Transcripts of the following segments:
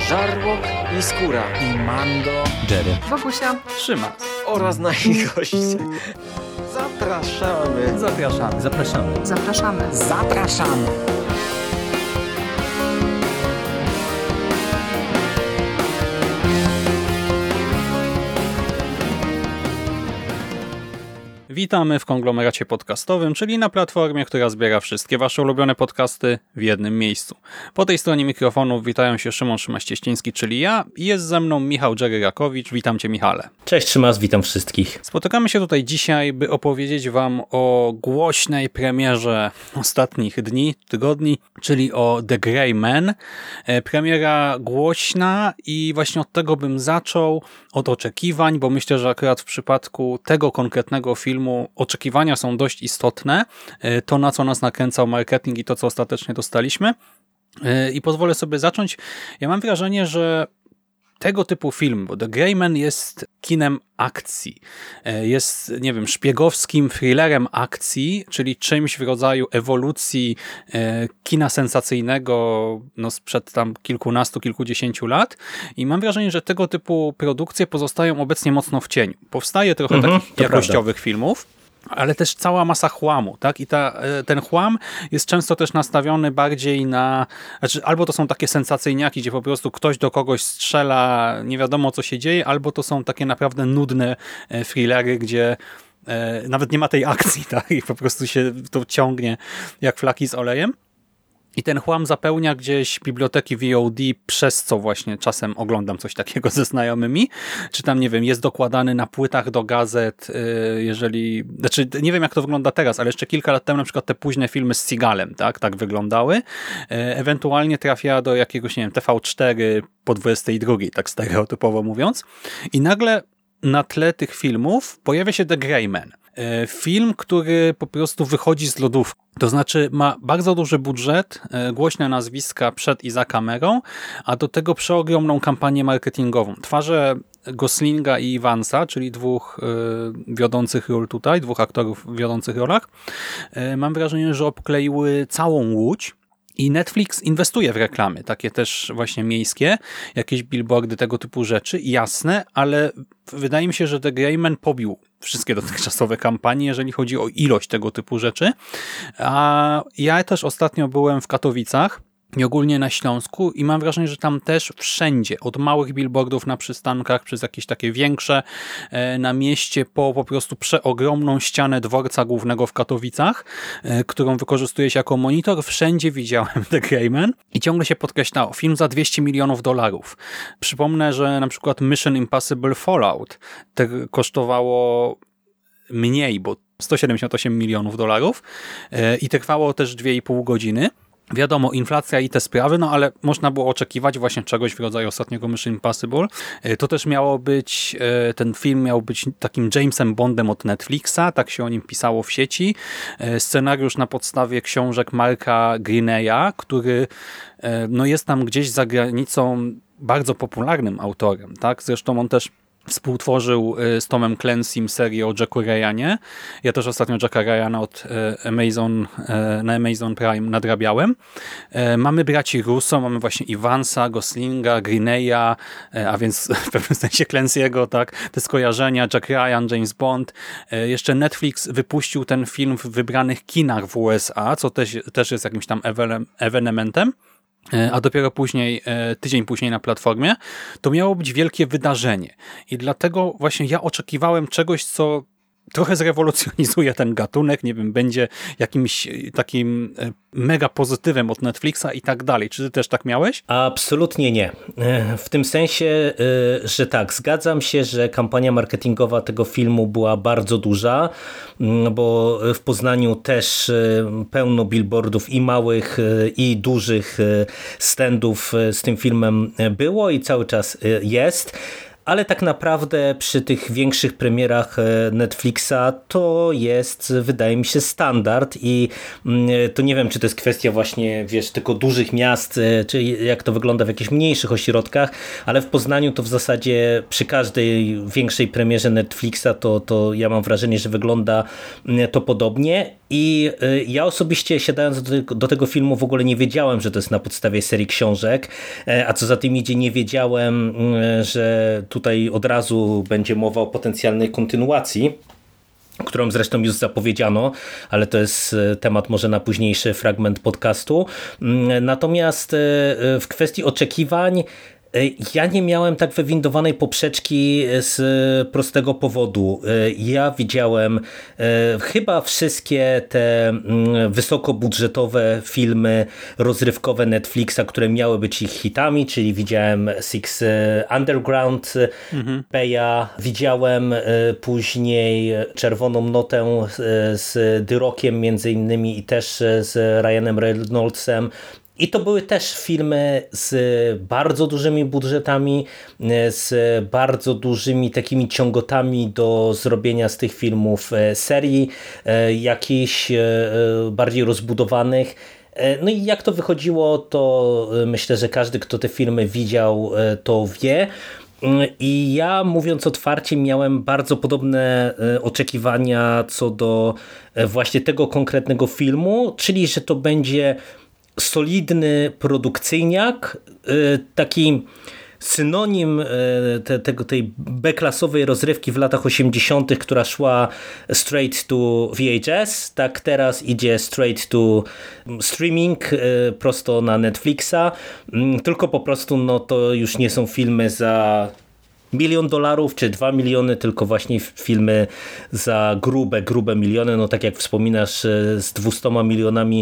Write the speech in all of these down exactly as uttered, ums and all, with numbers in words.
Żarłok i Skóra i Mando, Jerry, Wokusia, Szymas oraz nasi goście. Zapraszamy. Zapraszamy. Zapraszamy. Zapraszamy. Zapraszamy. Witamy w konglomeracie podcastowym, czyli na platformie, która zbiera wszystkie wasze ulubione podcasty w jednym miejscu. Po tej stronie mikrofonów witają się Szymon Szymaś-Cieściński, czyli ja, i jest ze mną Michał Dżery-Rakowicz. Witam cię, Michale. Cześć Szymas, witam wszystkich. Spotykamy się tutaj dzisiaj, by opowiedzieć wam o głośnej premierze ostatnich dni, tygodni, czyli o The Gray Man. Premiera głośna i właśnie od tego bym zaczął, od oczekiwań, bo myślę, że akurat w przypadku tego konkretnego filmu oczekiwania są dość istotne. To, na co nas nakręcał marketing i to, co ostatecznie dostaliśmy. I pozwolę sobie zacząć. Ja mam wrażenie, że tego typu film, bo The Gray Man jest kinem akcji. Jest, nie wiem, szpiegowskim thrillerem akcji, czyli czymś w rodzaju ewolucji kina sensacyjnego no sprzed tam kilkunastu, kilkudziesięciu lat. I mam wrażenie, że tego typu produkcje pozostają obecnie mocno w cieniu. Powstaje trochę mhm, takich jakościowych prawda. filmów, ale też cała masa chłamu, tak? I ta, ten chłam jest często też nastawiony bardziej na, znaczy albo to są takie sensacyjniaki, gdzie po prostu ktoś do kogoś strzela, nie wiadomo co się dzieje, albo to są takie naprawdę nudne thrillery, gdzie e, nawet nie ma tej akcji, tak? I po prostu się to ciągnie jak flaki z olejem. I ten chłam zapełnia gdzieś biblioteki V O D, przez co właśnie czasem oglądam coś takiego ze znajomymi. Czy tam, nie wiem, jest dokładany na płytach do gazet, jeżeli... Znaczy, nie wiem jak to wygląda teraz, ale jeszcze kilka lat temu na przykład te późne filmy z Seagalem, tak, tak wyglądały. Ewentualnie trafia do jakiegoś, nie wiem, T V cztery po dwudziestej drugiej, tak stereotypowo mówiąc. I nagle na tle tych filmów pojawia się The Gray Man. Film, który po prostu wychodzi z lodówki. To znaczy ma bardzo duży budżet, głośne nazwiska przed i za kamerą, a do tego przeogromną kampanię marketingową. Twarze Goslinga i Evansa, czyli dwóch y, wiodących ról tutaj, dwóch aktorów w wiodących rolach, y, mam wrażenie, że obkleiły całą Łódź. I Netflix inwestuje w reklamy, takie też właśnie miejskie, jakieś billboardy, tego typu rzeczy, jasne, ale wydaje mi się, że The Gray Man pobił wszystkie dotychczasowe kampanie, jeżeli chodzi o ilość tego typu rzeczy. A ja też ostatnio byłem w Katowicach i ogólnie na Śląsku i mam wrażenie, że tam też wszędzie, od małych billboardów na przystankach, przez jakieś takie większe na mieście, po po prostu przeogromną ścianę dworca głównego w Katowicach, którą wykorzystuje się jako monitor, wszędzie widziałem The Gray Man i ciągle się podkreślało, film za dwieście milionów dolarów. Przypomnę, że na przykład Mission Impossible Fallout kosztowało mniej, bo sto siedemdziesiąt osiem milionów dolarów i trwało też dwie i pół godziny. Wiadomo, inflacja i te sprawy, no ale można było oczekiwać właśnie czegoś w rodzaju ostatniego Mission Impossible. To też miało być, ten film miał być takim Jamesem Bondem od Netflixa, tak się o nim pisało w sieci. Scenariusz na podstawie książek Marka Greeneya, który no jest tam gdzieś za granicą bardzo popularnym autorem, tak? Zresztą on też współtworzył z Tomem Clancy'm serię o Jacku Ryanie. Ja też ostatnio Jacka Ryana od Amazon, na Amazon Prime nadrabiałem. Mamy braci Russo, mamy właśnie Evansa, Goslinga, Greeneya, a więc w pewnym sensie Clancy'ego, tak? Te skojarzenia, Jack Ryan, James Bond. Jeszcze Netflix wypuścił ten film w wybranych kinach w U S A, co też, też jest jakimś tam ewenementem. A dopiero później, tydzień później na platformie, to miało być wielkie wydarzenie. I dlatego właśnie ja oczekiwałem czegoś, co trochę zrewolucjonizuje ten gatunek, nie wiem, będzie jakimś takim mega pozytywem od Netflixa i tak dalej. Czy ty też tak miałeś? Absolutnie nie. W tym sensie, że tak, zgadzam się, że kampania marketingowa tego filmu była bardzo duża, bo w Poznaniu też pełno billboardów i małych, i dużych standów z tym filmem było i cały czas jest. Ale tak naprawdę przy tych większych premierach Netflixa to jest, wydaje mi się, standard i to nie wiem, czy to jest kwestia właśnie, wiesz, tylko dużych miast, czy jak to wygląda w jakichś mniejszych ośrodkach, ale w Poznaniu to w zasadzie przy każdej większej premierze Netflixa to, to ja mam wrażenie, że wygląda to podobnie. I ja osobiście siadając do tego, do tego filmu w ogóle nie wiedziałem, że to jest na podstawie serii książek, a co za tym idzie nie wiedziałem, że tutaj od razu będzie mowa o potencjalnej kontynuacji, którą zresztą już zapowiedziano, ale to jest temat może na późniejszy fragment podcastu. Natomiast w kwestii oczekiwań ja nie miałem tak wywindowanej poprzeczki z prostego powodu. Ja widziałem chyba wszystkie te wysokobudżetowe filmy rozrywkowe Netflixa, które miały być ich hitami, czyli widziałem Six Underground, mhm. Beya, widziałem później Czerwoną Notę z The Rockiem między innymi i też z Ryanem Reynoldsem. I to były też filmy z bardzo dużymi budżetami, z bardzo dużymi takimi ciągotami do zrobienia z tych filmów serii, jakichś bardziej rozbudowanych. No i jak to wychodziło, to myślę, że każdy, kto te filmy widział, to wie. I ja, mówiąc otwarcie, miałem bardzo podobne oczekiwania co do właśnie tego konkretnego filmu, czyli że to będzie solidny produkcyjniak, taki synonim te, tego, tej B-klasowej rozrywki w latach osiemdziesiątych, która szła straight to V H S, tak teraz idzie straight to streaming, prosto na Netflixa, tylko po prostu no to już nie są filmy za milion dolarów czy dwa miliony, tylko właśnie filmy za grube, grube miliony, no tak jak wspominasz, z dwustoma milionami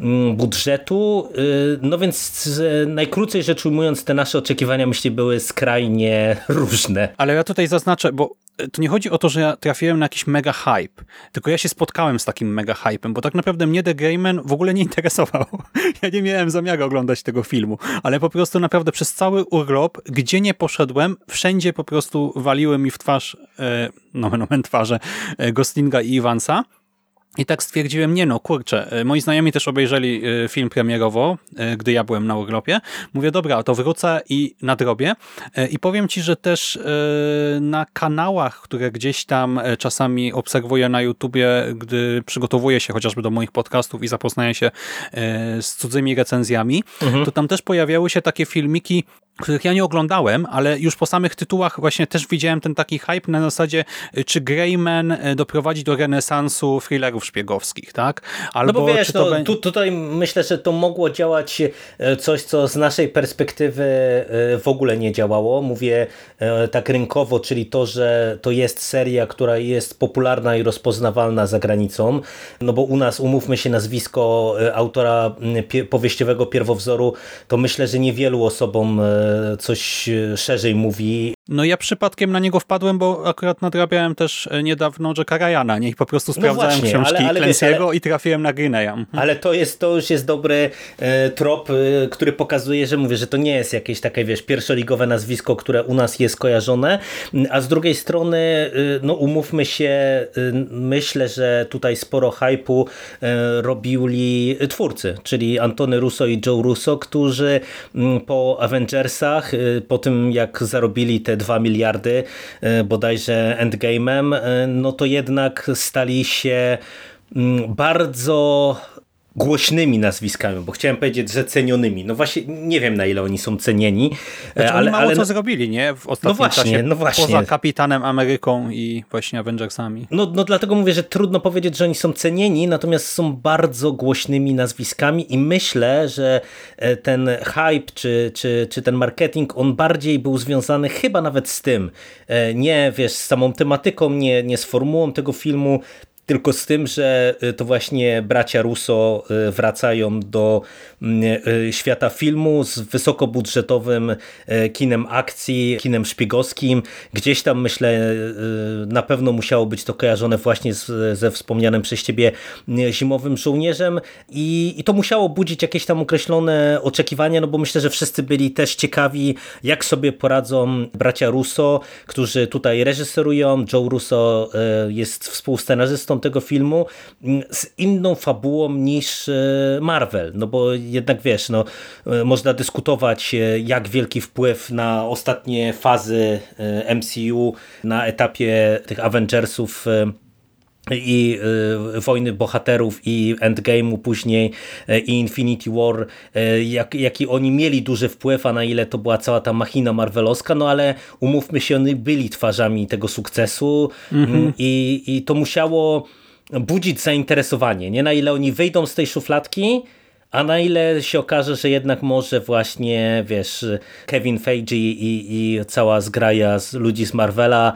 budżetu. No więc najkrócej rzecz ujmując, te nasze oczekiwania myślę były skrajnie różne. Ale ja tutaj zaznaczę, bo to nie chodzi o to, że ja trafiłem na jakiś mega hype, tylko ja się spotkałem z takim mega hypem, bo tak naprawdę mnie The Gray Man w ogóle nie interesował. Ja nie miałem zamiaru oglądać tego filmu, ale po prostu naprawdę przez cały urlop, gdzie nie poszedłem, wszędzie po prostu waliły mi w twarz, no nomen twarze, Goslinga i Evansa. I tak stwierdziłem, nie no, kurczę, moi znajomi też obejrzeli film premierowo, gdy ja byłem na urlopie. Mówię, dobra, to wrócę i nadrobię. I powiem ci, że też na kanałach, które gdzieś tam czasami obserwuję na YouTubie, gdy przygotowuję się chociażby do moich podcastów i zapoznaję się z cudzymi recenzjami, mhm. to tam też pojawiały się takie filmiki, których ja nie oglądałem, ale już po samych tytułach właśnie też widziałem ten taki hype na zasadzie, czy Gray Man doprowadzi do renesansu thrillerów szpiegowskich, tak? Albo, no bo wiesz, no, be... tu, tutaj myślę, że to mogło działać coś, co z naszej perspektywy w ogóle nie działało. Mówię tak rynkowo, czyli to, że to jest seria, która jest popularna i rozpoznawalna za granicą, no bo u nas, umówmy się, nazwisko autora powieściowego pierwowzoru, to myślę, że niewielu osobom coś szerzej mówi. No ja przypadkiem na niego wpadłem, bo akurat nadrabiałem też niedawno Jacka Ryana, nie? I po prostu sprawdzałem no właśnie, książki ale, ale Clancy'ego ale... i trafiłem na Greeneya. Ale to jest, to już jest dobry e, trop, e, który pokazuje, że mówię, że to nie jest jakieś takie, wiesz, pierwszoligowe nazwisko, które u nas jest kojarzone, a z drugiej strony, e, no umówmy się, e, myślę, że tutaj sporo hype'u e, robili twórcy, czyli Antony Russo i Joe Russo, którzy m, po Avengersach, e, po tym jak zarobili te dwa miliardy bodajże Endgame'em, no to jednak stali się bardzo głośnymi nazwiskami, bo chciałem powiedzieć, że cenionymi. No właśnie, nie wiem na ile oni są cenieni. Znaczy, ale mało ale... co zrobili, nie? W ostatnim no właśnie, czasie. No właśnie. Poza Kapitanem Ameryką i właśnie Avengersami. No, no dlatego mówię, że trudno powiedzieć, że oni są cenieni, natomiast są bardzo głośnymi nazwiskami i myślę, że ten hype czy, czy, czy ten marketing, on bardziej był związany chyba nawet z tym. Nie, wiesz, z samą tematyką, nie, nie z formułą tego filmu, tylko z tym, że to właśnie bracia Russo wracają do świata filmu z wysokobudżetowym kinem akcji, kinem szpiegowskim. Gdzieś tam, myślę, na pewno musiało być to kojarzone właśnie z, ze wspomnianym przez ciebie Zimowym Żołnierzem i, i to musiało budzić jakieś tam określone oczekiwania, no bo myślę, że wszyscy byli też ciekawi, jak sobie poradzą bracia Russo, którzy tutaj reżyserują. Joe Russo jest współscenarzystą tego filmu z inną fabułą niż Marvel, no bo jednak wiesz, no można dyskutować, jak wielki wpływ na ostatnie fazy M C U na etapie tych Avengersów i y, Wojny Bohaterów i Endgame'u później y, i Infinity War, y, jak, jaki oni mieli duży wpływ, a na ile to była cała ta machina marvelowska, no ale umówmy się, oni byli twarzami tego sukcesu mm-hmm. i, i to musiało budzić zainteresowanie, nie? Na ile oni wyjdą z tej szufladki, a na ile się okaże, że jednak może właśnie, wiesz, Kevin Feige i, i cała zgraja z ludzi z Marvela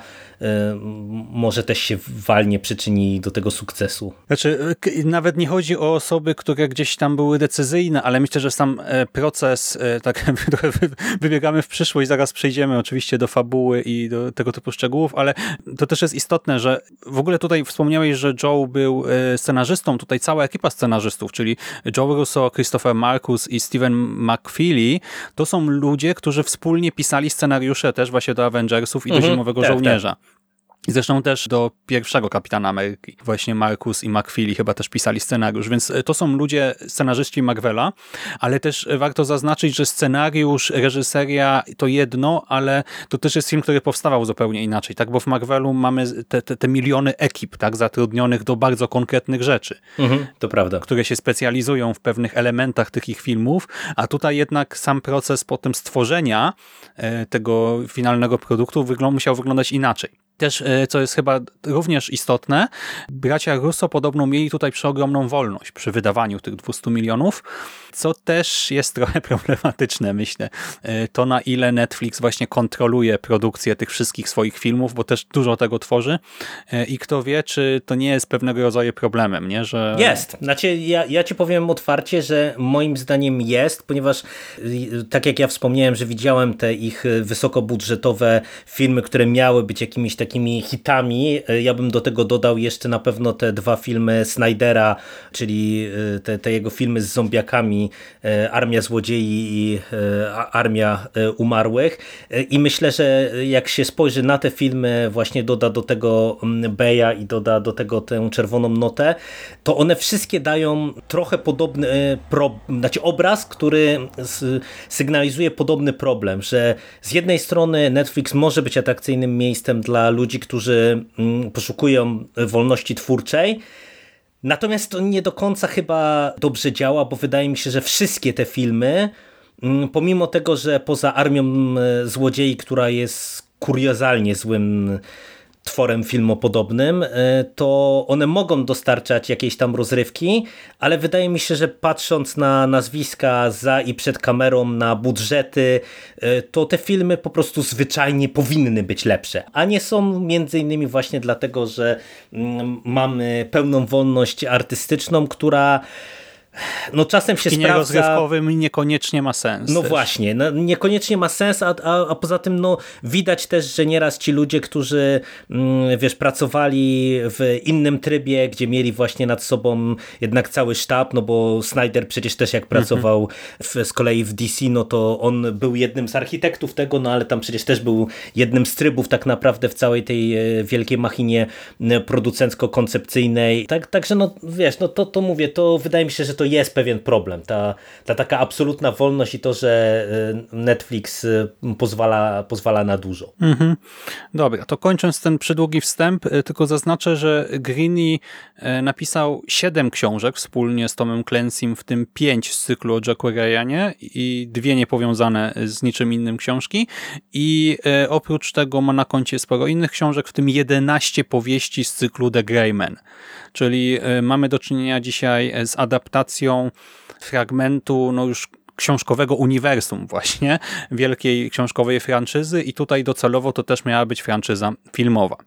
może też się walnie przyczyni do tego sukcesu. Znaczy, nawet nie chodzi o osoby, które gdzieś tam były decyzyjne, ale myślę, że sam proces, tak trochę wybiegamy w przyszłość, zaraz przejdziemy oczywiście do fabuły i do tego typu szczegółów, ale to też jest istotne, że w ogóle tutaj wspomniałeś, że Joe był scenarzystą, tutaj cała ekipa scenarzystów, czyli Joe Russo, Christopher Marcus i Steven McFeely, to są ludzie, którzy wspólnie pisali scenariusze też właśnie do Avengersów i do mhm, Zimowego tak, Żołnierza. Tak. I zresztą też do pierwszego Kapitana Ameryki. Właśnie Marcus i McFeely chyba też pisali scenariusz, więc to są ludzie, scenarzyści Marvela, ale też warto zaznaczyć, że scenariusz, reżyseria to jedno, ale to też jest film, który powstawał zupełnie inaczej, tak? Bo w Marvelu mamy te, te, te miliony ekip, tak? Zatrudnionych do bardzo konkretnych rzeczy. Mhm, to prawda. Które się specjalizują w pewnych elementach tych ich filmów, a tutaj jednak sam proces potem stworzenia tego finalnego produktu wyglą- musiał wyglądać inaczej. Też, co jest chyba również istotne, bracia Russo podobno mieli tutaj przeogromną wolność przy wydawaniu tych dwieście milionów, co też jest trochę problematyczne, myślę. To, na ile Netflix właśnie kontroluje produkcję tych wszystkich swoich filmów, bo też dużo tego tworzy i kto wie, czy to nie jest pewnego rodzaju problemem, nie? Że... Jest. Znaczy, ja, ja ci powiem otwarcie, że moim zdaniem jest, ponieważ tak jak ja wspomniałem, że widziałem te ich wysokobudżetowe filmy, które miały być jakimiś takimi hitami. Ja bym do tego dodał jeszcze na pewno te dwa filmy Snydera, czyli te, te jego filmy z zombiakami, Armia Złodziei i Armia Umarłych. I myślę, że jak się spojrzy na te filmy, właśnie doda do tego Beja i doda do tego tę czerwoną notę, to one wszystkie dają trochę podobny pro, znaczy obraz, który sygnalizuje podobny problem, że z jednej strony Netflix może być atrakcyjnym miejscem dla ludzi, którzy poszukują wolności twórczej, natomiast to nie do końca chyba dobrze działa, bo wydaje mi się, że wszystkie te filmy, pomimo tego, że poza Armią Złodziei, która jest kuriozalnie złym tworem filmopodobnym, to one mogą dostarczać jakiejś tam rozrywki, ale wydaje mi się, że patrząc na nazwiska za i przed kamerą, na budżety, to te filmy po prostu zwyczajnie powinny być lepsze, a nie są między innymi właśnie dlatego, że mamy pełną wolność artystyczną, która no czasem się w kinie sprawdza... rozrywkowym niekoniecznie ma sens. No też. właśnie, no, niekoniecznie ma sens, a, a, a poza tym no, widać też, że nieraz ci ludzie, którzy mm, wiesz, pracowali w innym trybie, gdzie mieli właśnie nad sobą jednak cały sztab, no bo Snyder przecież też jak pracował w, z kolei w D C, no to on był jednym z architektów tego, no ale tam przecież też był jednym z trybów tak naprawdę w całej tej wielkiej machinie producencko-koncepcyjnej. Tak, także no wiesz, no to, to mówię, to wydaje mi się, że to jest pewien problem. Ta, ta taka absolutna wolność i to, że Netflix pozwala, pozwala na dużo. Mhm. Dobra, to kończąc ten przydługi wstęp, tylko zaznaczę, że Greene napisał siedem książek wspólnie z Tomem Clancy'm, w tym pięć z cyklu o Jacku Ryanie i dwie niepowiązane z niczym innym książki i oprócz tego ma na koncie sporo innych książek, w tym jedenaście powieści z cyklu The Gray Man. Czyli mamy do czynienia dzisiaj z adaptacją fragmentu no już książkowego uniwersum właśnie, wielkiej książkowej franczyzy i tutaj docelowo to też miała być franczyza filmowa.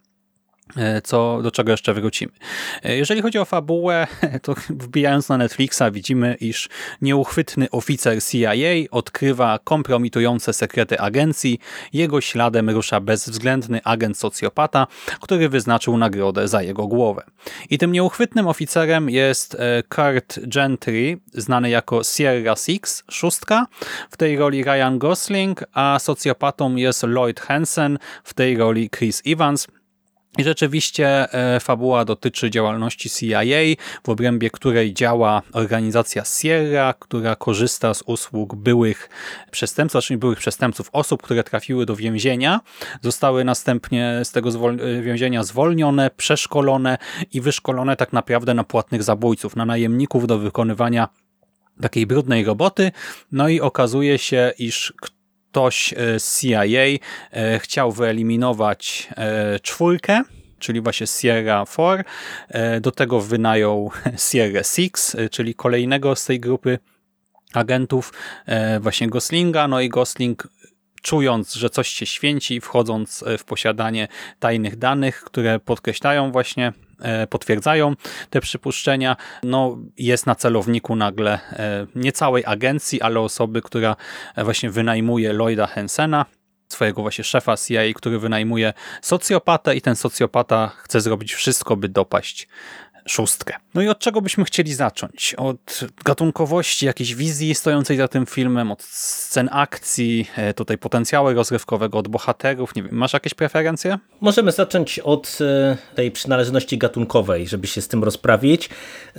Co, do czego jeszcze wrócimy. Jeżeli chodzi o fabułę, to wbijając na Netflixa widzimy, iż nieuchwytny oficer C I A odkrywa kompromitujące sekrety agencji. Jego śladem rusza bezwzględny agent socjopata, który wyznaczył nagrodę za jego głowę. I tym nieuchwytnym oficerem jest Kurt Gentry, znany jako Sierra Six, szóstka, w tej roli Ryan Gosling, a socjopatą jest Lloyd Hansen, w tej roli Chris Evans. I rzeczywiście e, fabuła dotyczy działalności C I A, w obrębie której działa organizacja Sierra, która korzysta z usług byłych przestępców, czyli byłych przestępców, osób, które trafiły do więzienia, zostały następnie z tego zwol- więzienia zwolnione, przeszkolone i wyszkolone tak naprawdę na płatnych zabójców, na najemników do wykonywania takiej brudnej roboty. No i okazuje się, iż ktoś z C I A chciał wyeliminować czwórkę, czyli właśnie Sierra cztery. Do tego wynajął Sierra sześć, czyli kolejnego z tej grupy agentów, właśnie Goslinga. No i Gosling, czując, że coś się święci, wchodząc w posiadanie tajnych danych, które podkreślają właśnie, potwierdzają te przypuszczenia, no jest na celowniku nagle nie całej agencji, ale osoby, która właśnie wynajmuje Lloyda Hensena, swojego właśnie szefa C I A, który wynajmuje socjopatę i ten socjopata chce zrobić wszystko, by dopaść szóstkę. No i od czego byśmy chcieli zacząć? Od gatunkowości, jakiejś wizji stojącej za tym filmem, od scen akcji, tutaj potencjału rozrywkowego, od bohaterów. Nie wiem, masz jakieś preferencje? Możemy zacząć od tej przynależności gatunkowej, żeby się z tym rozprawić.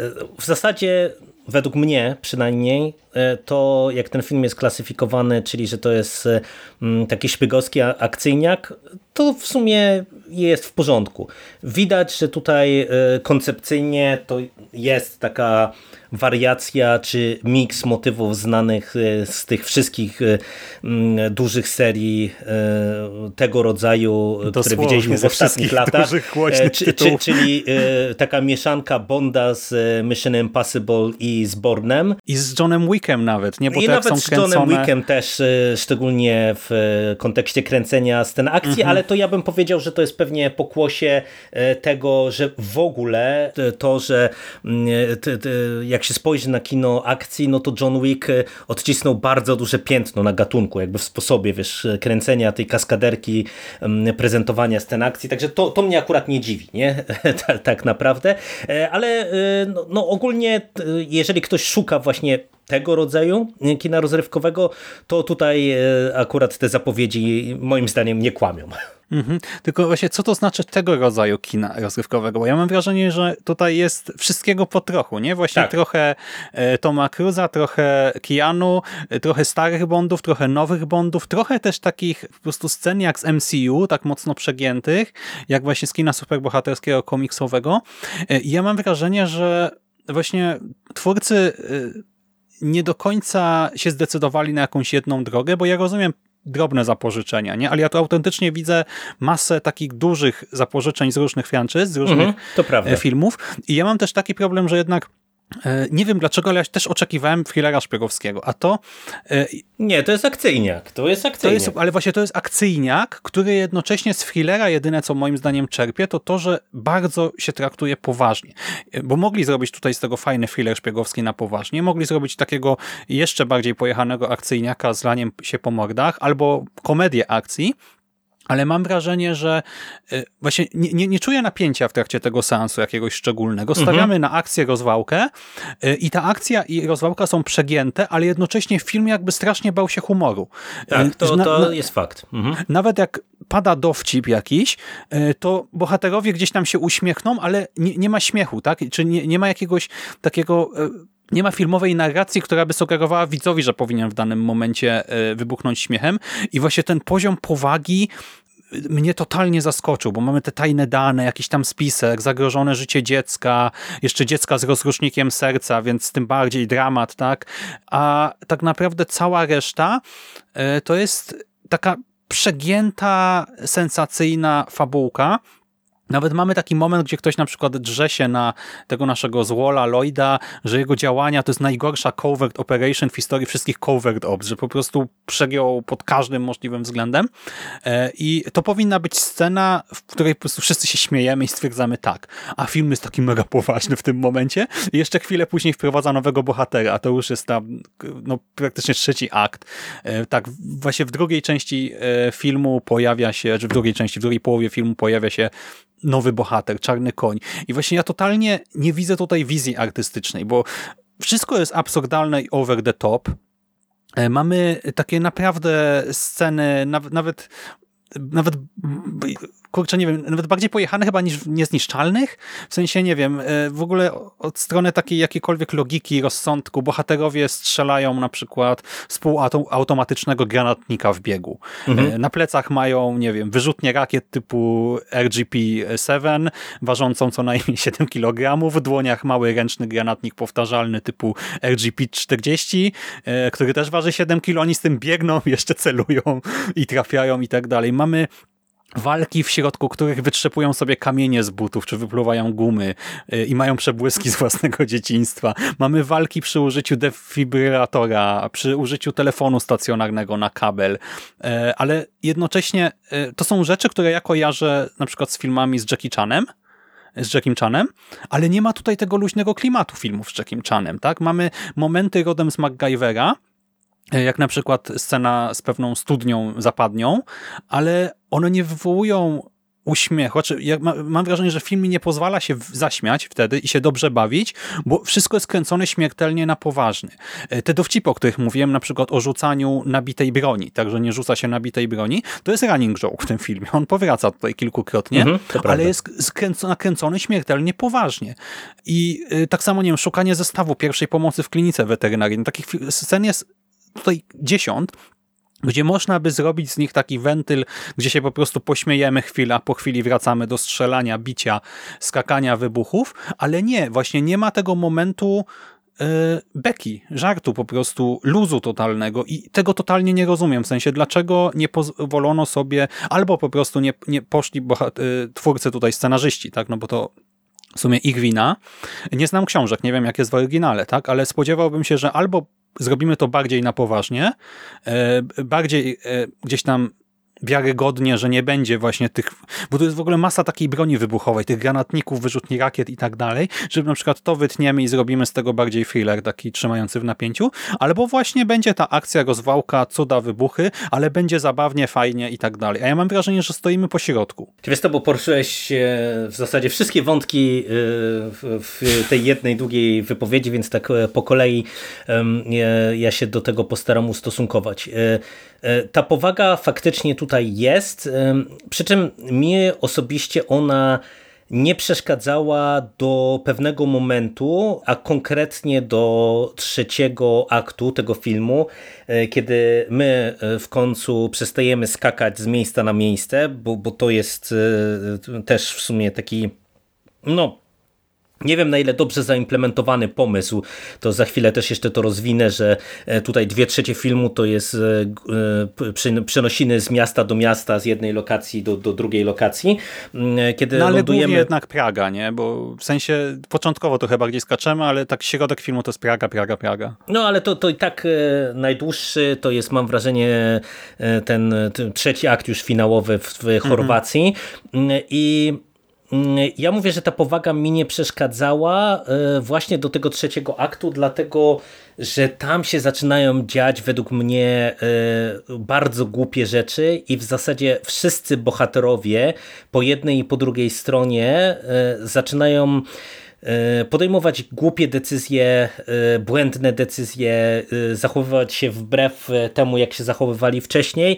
W zasadzie według mnie przynajmniej to jak ten film jest klasyfikowany, czyli że to jest taki szpiegowski akcyjniak, to w sumie jest w porządku. Widać, że tutaj koncepcyjnie to jest taka wariacja czy miks motywów znanych z tych wszystkich dużych serii tego rodzaju, Dosłownie, które widzieliśmy w ostatnich latach. Czy, czy, czyli taka mieszanka Bonda z Mission Impossible i z Bournem. I z Johnem Wickiem nawet. Nie? Bo I tak nawet są z kręcone... Johnem Wickiem też, szczególnie w kontekście kręcenia scen akcji, mhm. ale to ja bym powiedział, że to jest pewnie pokłosie tego, że w ogóle to, że jak się spojrzy na kino akcji, no to John Wick odcisnął bardzo duże piętno na gatunku, jakby w sposobie, wiesz, kręcenia tej kaskaderki, prezentowania scen akcji, także to, to mnie akurat nie dziwi, nie? tak, tak naprawdę, ale no, no ogólnie, jeżeli ktoś szuka właśnie tego rodzaju kina rozrywkowego, to tutaj akurat te zapowiedzi moim zdaniem nie kłamią. Mhm. Tylko właśnie co to znaczy tego rodzaju kina rozrywkowego? Bo ja mam wrażenie, że tutaj jest wszystkiego po trochu, nie? Właśnie tak. Trochę Toma Cruise'a, trochę Keanu, trochę starych Bondów, trochę nowych Bondów, trochę też takich po prostu scen jak z M C U, tak mocno przegiętych, jak właśnie z kina superbohaterskiego, komiksowego. I ja mam wrażenie, że właśnie twórcy nie do końca się zdecydowali na jakąś jedną drogę, bo ja rozumiem drobne zapożyczenia, nie? Ale ja tu autentycznie widzę masę takich dużych zapożyczeń z różnych franczyz, z różnych mhm, to prawda. filmów i ja mam też taki problem, że jednak nie wiem dlaczego, ale ja też oczekiwałem thrillera szpiegowskiego, a to... Nie, to jest akcyjniak, to jest akcyjniak. To jest, ale właśnie to jest akcyjniak, który jednocześnie z thrillera jedyne, co moim zdaniem czerpie, to to, że bardzo się traktuje poważnie. Bo mogli zrobić tutaj z tego fajny thriller szpiegowski na poważnie, mogli zrobić takiego jeszcze bardziej pojechanego akcyjniaka z laniem się po mordach, albo komedię akcji, ale mam wrażenie, że właśnie nie, nie, nie czuję napięcia w trakcie tego seansu jakiegoś szczególnego. Stawiamy mhm. na akcję, rozwałkę i ta akcja i rozwałka są przegięte, ale jednocześnie film jakby strasznie bał się humoru. Tak, to, to na, jest fakt. Mhm. Nawet jak pada dowcip jakiś, to bohaterowie gdzieś tam się uśmiechną, ale nie, nie ma śmiechu, tak? Czy nie, nie ma jakiegoś takiego... Nie ma filmowej narracji, która by sugerowała widzowi, że powinien w danym momencie wybuchnąć śmiechem. I właśnie ten poziom powagi mnie totalnie zaskoczył, bo mamy te tajne dane, jakiś tam spisek, zagrożone życie dziecka, jeszcze dziecka z rozrusznikiem serca, więc tym bardziej dramat, tak? A tak naprawdę cała reszta to jest taka przegięta, sensacyjna fabułka. Nawet mamy taki moment, gdzie ktoś na przykład drze się na tego naszego złola Lloyda, że jego działania to jest najgorsza covert operation w historii wszystkich covert ops, że po prostu przegiął pod każdym możliwym względem. I to powinna być scena, w której po prostu wszyscy się śmiejemy i stwierdzamy tak, a film jest taki mega poważny w tym momencie i jeszcze chwilę później wprowadza nowego bohatera, a to już jest tam no, praktycznie trzeci akt. Tak, właśnie w drugiej części filmu pojawia się, czy w drugiej części, w drugiej połowie filmu pojawia się nowy bohater, czarny koń. I właśnie ja totalnie nie widzę tutaj wizji artystycznej, bo wszystko jest absurdalne i over the top. Mamy takie naprawdę sceny, nawet nawet, nawet kurczę, nie wiem, nawet bardziej pojechane chyba niż w Niezniszczalnych. W sensie, nie wiem, w ogóle od strony takiej jakiejkolwiek logiki, rozsądku, bohaterowie strzelają na przykład z półautomatycznego granatnika w biegu. Mhm. Na plecach mają, nie wiem, wyrzutnie rakiet typu R G P siedem, ważącą co najmniej siedem kilogramów, w dłoniach mały ręczny granatnik powtarzalny typu R G P czterdzieści, który też waży siedem kilo, oni z tym biegną, jeszcze celują i trafiają i tak dalej. Mamy walki, w środku których wytrzepują sobie kamienie z butów, czy wypluwają gumy i mają przebłyski z własnego dzieciństwa. Mamy walki przy użyciu defibrylatora, przy użyciu telefonu stacjonarnego na kabel, ale jednocześnie to są rzeczy, które ja kojarzę na przykład z filmami z Jackie Chanem, z Jackiem Chanem, ale nie ma tutaj tego luźnego klimatu filmów z Jackiem Chanem. Tak? Mamy momenty rodem z MacGyvera, jak na przykład scena z pewną studnią zapadnią, ale one nie wywołują uśmiechu. Znaczy, ja mam wrażenie, że film mi nie pozwala się zaśmiać wtedy i się dobrze bawić, bo wszystko jest kręcone śmiertelnie na poważnie. Te dowcipy, o których mówiłem, na przykład o rzucaniu nabitej broni, także nie rzuca się nabitej broni, to jest running joke w tym filmie. On powraca tutaj kilkukrotnie, mhm, ale jest nakręcony śmiertelnie poważnie. I tak samo, nie wiem, szukanie zestawu pierwszej pomocy w klinice weterynaryjnej. Takich scen jest tutaj dziesiąt, gdzie można by zrobić z nich taki wentyl, gdzie się po prostu pośmiejemy chwilę, a po chwili wracamy do strzelania, bicia, skakania, wybuchów, ale nie, właśnie nie ma tego momentu yy, beki, żartu po prostu, luzu totalnego i tego totalnie nie rozumiem, w sensie dlaczego nie pozwolono sobie, albo po prostu nie, nie poszli bohat- yy, twórcy tutaj, scenarzyści, tak, no bo to w sumie ich wina. Nie znam książek, nie wiem jak jest w oryginale, tak, ale spodziewałbym się, że albo zrobimy to bardziej na poważnie, bardziej gdzieś tam wiarygodnie, że nie będzie właśnie tych, bo tu jest w ogóle masa takiej broni wybuchowej, tych granatników, wyrzutni rakiet i tak dalej, żeby na przykład to wytniemy i zrobimy z tego bardziej thriller, taki trzymający w napięciu, albo właśnie będzie ta akcja, rozwałka, cuda, wybuchy, ale będzie zabawnie, fajnie i tak dalej. A ja mam wrażenie, że stoimy po środku. Wiesz to, bo poruszyłeś w zasadzie wszystkie wątki w tej jednej długiej wypowiedzi, więc tak po kolei ja się do tego postaram ustosunkować. Ta powaga faktycznie tutaj jest, przy czym mnie osobiście ona nie przeszkadzała do pewnego momentu, a konkretnie do trzeciego aktu tego filmu, kiedy my w końcu przestajemy skakać z miejsca na miejsce, bo, bo to jest też w sumie taki, no nie wiem na ile dobrze zaimplementowany pomysł, to za chwilę też jeszcze to rozwinę, że tutaj dwie trzecie filmu to jest przenosiny z miasta do miasta, z jednej lokacji do, do drugiej lokacji. Kiedy no ale lądujemy... głównie jednak Praga, nie? Bo w sensie początkowo to chyba gdzieś skaczemy, ale tak środek filmu to jest Praga, Praga, Praga. No ale to, to i tak najdłuższy to jest, mam wrażenie, ten, ten trzeci akt już finałowy w, w Chorwacji. Mhm. I ja mówię, że ta powaga mi nie przeszkadzała właśnie do tego trzeciego aktu, dlatego, że tam się zaczynają dziać według mnie bardzo głupie rzeczy i w zasadzie wszyscy bohaterowie po jednej i po drugiej stronie zaczynają podejmować głupie decyzje, błędne decyzje, zachowywać się wbrew temu, jak się zachowywali wcześniej.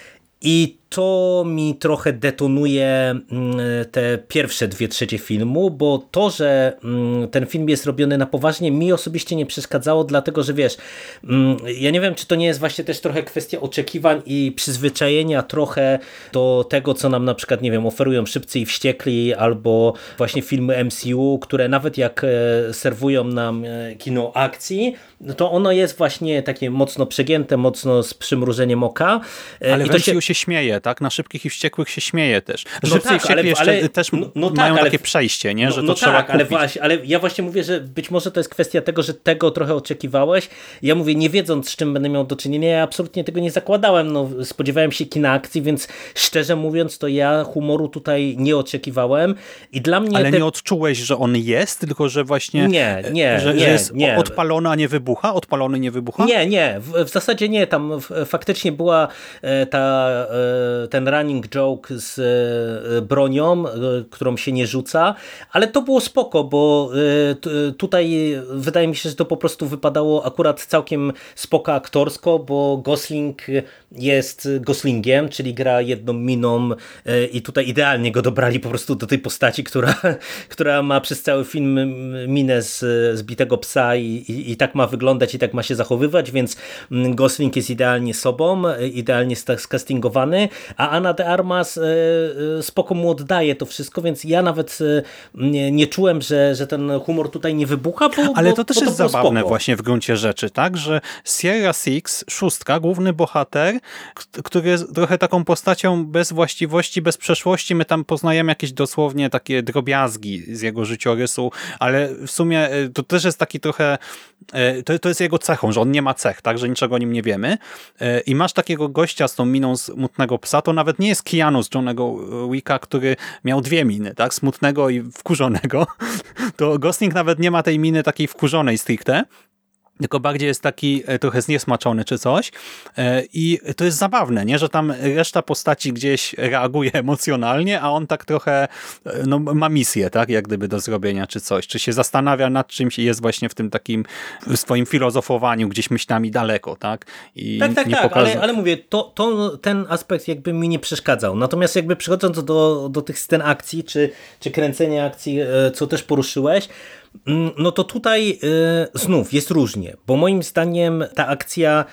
I to mi trochę detonuje te pierwsze dwie trzecie filmu, bo to, że ten film jest robiony na poważnie, mi osobiście nie przeszkadzało, dlatego, że wiesz, ja nie wiem, czy to nie jest właśnie też trochę kwestia oczekiwań i przyzwyczajenia trochę do tego, co nam na przykład, nie wiem, oferują Szybcy i Wściekli albo właśnie filmy M C U, które nawet jak serwują nam kino akcji, no to ono jest właśnie takie mocno przegięte, mocno z przymrużeniem oka. Ale I w to M C U się... się śmieje, tak? Na Szybkich i Wściekłych się śmieje też. No Szybcy tak, i Wściekli ale, jeszcze ale, też no, no mają tak, takie ale, przejście, nie? Że no, to no trzeba tak, kupić. ale właśnie, ale ja właśnie mówię, że być może to jest kwestia tego, że tego trochę oczekiwałeś. Ja mówię, nie wiedząc, z czym będę miał do czynienia, ja absolutnie tego nie zakładałem. No, spodziewałem się kina akcji, więc szczerze mówiąc, to ja humoru tutaj nie oczekiwałem. I dla mnie ale te... nie odczułeś, że on jest, tylko że właśnie nie, nie, że, nie, że jest nie. odpalony, a nie wybucha? Odpalony, nie wybucha? Nie, nie. W, w zasadzie nie. Tam faktycznie była ta ten running joke z bronią, którą się nie rzuca, ale to było spoko, bo tutaj wydaje mi się, że to po prostu wypadało akurat całkiem spoko aktorsko, bo Gosling jest Goslingiem, czyli gra jedną miną i tutaj idealnie go dobrali po prostu do tej postaci, która, która ma przez cały film minę z zbitego psa i, i, i tak ma wyglądać i tak ma się zachowywać, więc Gosling jest idealnie sobą, idealnie skastingowany, a Ana de Armas spoko mu oddaje to wszystko, więc ja nawet nie, nie czułem, że, że ten humor tutaj nie wybucha, bo, ale bo, to też bo to jest zabawne spoko. właśnie w gruncie rzeczy, tak, że Sierra Six, szóstka, główny bohater, który jest trochę taką postacią bez właściwości, bez przeszłości, my tam poznajemy jakieś dosłownie takie drobiazgi z jego życiorysu, ale w sumie to też jest taki trochę, to, to jest jego cechą, że on nie ma cech, tak, że niczego o nim nie wiemy i masz takiego gościa z tą miną smutnego psa, to nawet nie jest Keanu z Johnego Wicka, który miał dwie miny, tak, smutnego i wkurzonego, to Gosling nawet nie ma tej miny takiej wkurzonej stricte, tylko bardziej jest taki trochę zniesmaczony czy coś i to jest zabawne, nie, że tam reszta postaci gdzieś reaguje emocjonalnie, a on tak trochę no, ma misję, tak, jak gdyby do zrobienia czy coś, czy się zastanawia nad czymś i jest właśnie w tym takim w swoim filozofowaniu gdzieś myślami daleko, tak. I tak, tak, nie tak, pokaże... ale, ale mówię, to, to, ten aspekt jakby mi nie przeszkadzał, natomiast jakby przechodząc do, do tych scen akcji, czy, czy kręcenia akcji, co też poruszyłeś, no to tutaj y, znów jest różnie, bo moim zdaniem ta akcja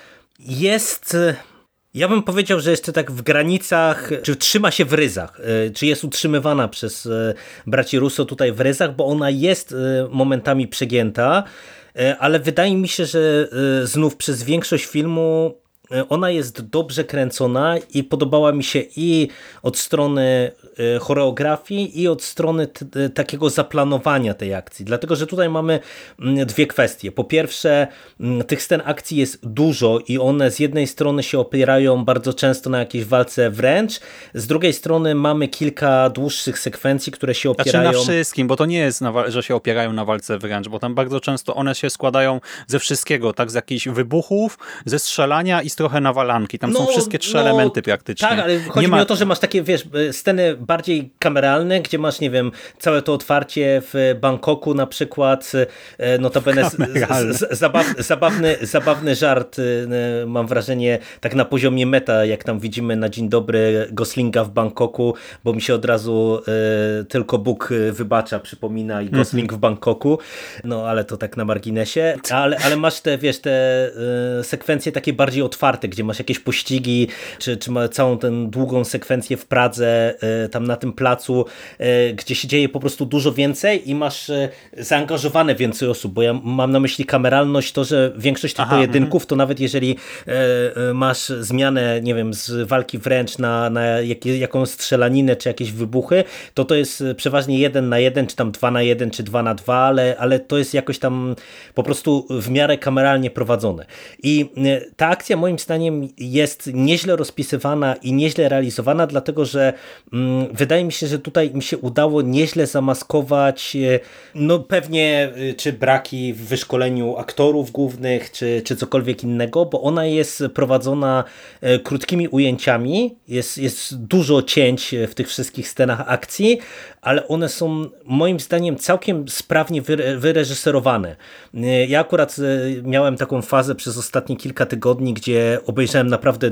jest, ja bym powiedział, że jeszcze tak w granicach, czy trzyma się w ryzach, y, czy jest utrzymywana przez y, braci Russo tutaj w ryzach, bo ona jest y, momentami przegięta, y, ale wydaje mi się, że y, znów przez większość filmu ona jest dobrze kręcona i podobała mi się i od strony choreografii i od strony t- takiego zaplanowania tej akcji. Dlatego, że tutaj mamy dwie kwestie. Po pierwsze, tych scen akcji jest dużo i one z jednej strony się opierają bardzo często na jakiejś walce wręcz, z drugiej strony mamy kilka dłuższych sekwencji, które się opierają... Znaczy na wszystkim, bo to nie jest, na wa- że się opierają na walce wręcz, bo tam bardzo często one się składają ze wszystkiego, tak, z jakichś wybuchów, ze strzelania i z trochę nawalanki. Tam no, są wszystkie trzy no, elementy praktycznie. Tak, ale chodzi nie mi ma... o to, że masz takie, wiesz, sceny bardziej kameralne, gdzie masz, nie wiem, całe to otwarcie w Bangkoku na przykład, notabene z, z, z, zabaw, zabawny, zabawny żart, mam wrażenie, tak na poziomie meta, jak tam widzimy na dzień dobry Goslinga w Bangkoku, bo mi się od razu y, tylko Bóg wybacza, przypomina i Gosling mm-hmm. w Bangkoku, no ale to tak na marginesie, ale, ale masz te, wiesz, te y, sekwencje takie bardziej otwarte, gdzie masz jakieś pościgi, czy, czy ma całą tę długą sekwencję w Pradze, y, tam na tym placu, y, gdzie się dzieje po prostu dużo więcej i masz y, zaangażowane więcej osób, bo ja mam na myśli kameralność, to, że większość tych Aha, pojedynków, mm. to nawet jeżeli y, y, masz zmianę, nie wiem, z walki wręcz na, na jak, jakąś strzelaninę, czy jakieś wybuchy, to to jest przeważnie jeden na jeden, czy tam dwa na jeden, czy dwa na dwa, ale, ale to jest jakoś tam po prostu w miarę kameralnie prowadzone. I y, ta akcja moim zdaniem jest nieźle rozpisywana i nieźle realizowana, dlatego, że mm, wydaje mi się, że tutaj mi się udało nieźle zamaskować y, no pewnie y, czy braki w wyszkoleniu aktorów głównych, czy, czy cokolwiek innego, bo ona jest prowadzona y, krótkimi ujęciami, jest, jest dużo cięć w tych wszystkich scenach akcji, ale one są moim zdaniem całkiem sprawnie wyre, wyreżyserowane. Y, ja akurat y, miałem taką fazę przez ostatnie kilka tygodni, gdzie obejrzałem naprawdę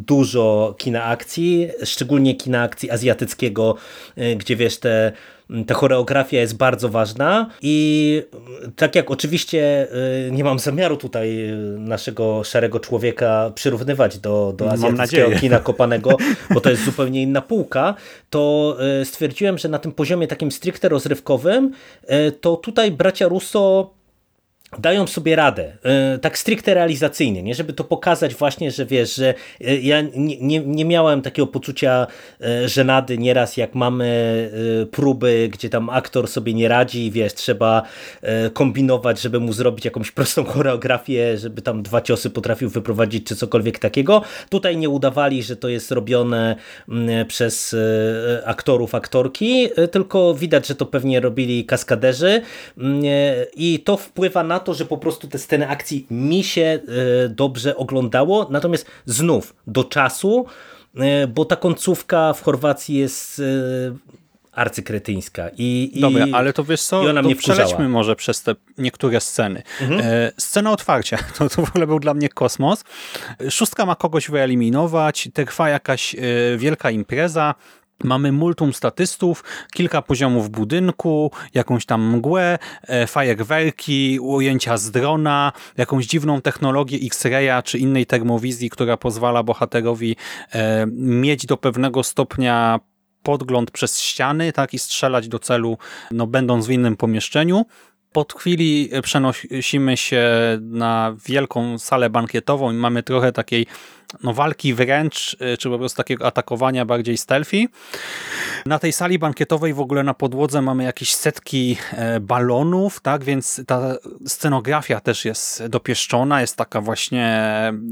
dużo kina akcji, szczególnie kina akcji azjatyckiego, gdzie wiesz, te ta choreografia jest bardzo ważna i tak jak oczywiście nie mam zamiaru tutaj naszego szarego człowieka przyrównywać do, do azjatyckiego kina kopanego, bo to jest zupełnie inna półka, to stwierdziłem, że na tym poziomie takim stricte rozrywkowym, to tutaj bracia Russo dają sobie radę, tak stricte realizacyjnie, nie, żeby to pokazać właśnie, że wiesz, że ja nie, nie, nie miałem takiego poczucia żenady nieraz, jak mamy próby, gdzie tam aktor sobie nie radzi i wiesz, trzeba kombinować, żeby mu zrobić jakąś prostą choreografię, żeby tam dwa ciosy potrafił wyprowadzić, czy cokolwiek takiego. Tutaj nie udawali, że to jest robione przez aktorów, aktorki, tylko widać, że to pewnie robili kaskaderzy i to wpływa na to, że po prostu te sceny akcji mi się y, dobrze oglądało, natomiast znów do czasu bo ta końcówka w Chorwacji jest arcykretyńska. I, i, Dobra, ale to wiesz co, i ona to mnie przelećmy może przez te niektóre sceny. Mhm. E, scena otwarcia, to, to w ogóle był dla mnie kosmos. Szóstka ma kogoś wyeliminować, trwa jakaś e, wielka impreza, mamy multum statystów, kilka poziomów budynku, jakąś tam mgłę, e, fajerwerki, ujęcia z drona, jakąś dziwną technologię X-raya czy innej termowizji, która pozwala bohaterowi e, mieć do pewnego stopnia podgląd przez ściany, tak, i strzelać do celu, no, będąc w innym pomieszczeniu. Po chwili przenosimy się na wielką salę bankietową i mamy trochę takiej no, walki wręcz, czy po prostu takiego atakowania bardziej stealthy. Na tej sali bankietowej w ogóle na podłodze mamy jakieś setki balonów, tak, więc ta scenografia też jest dopieszczona, jest taka właśnie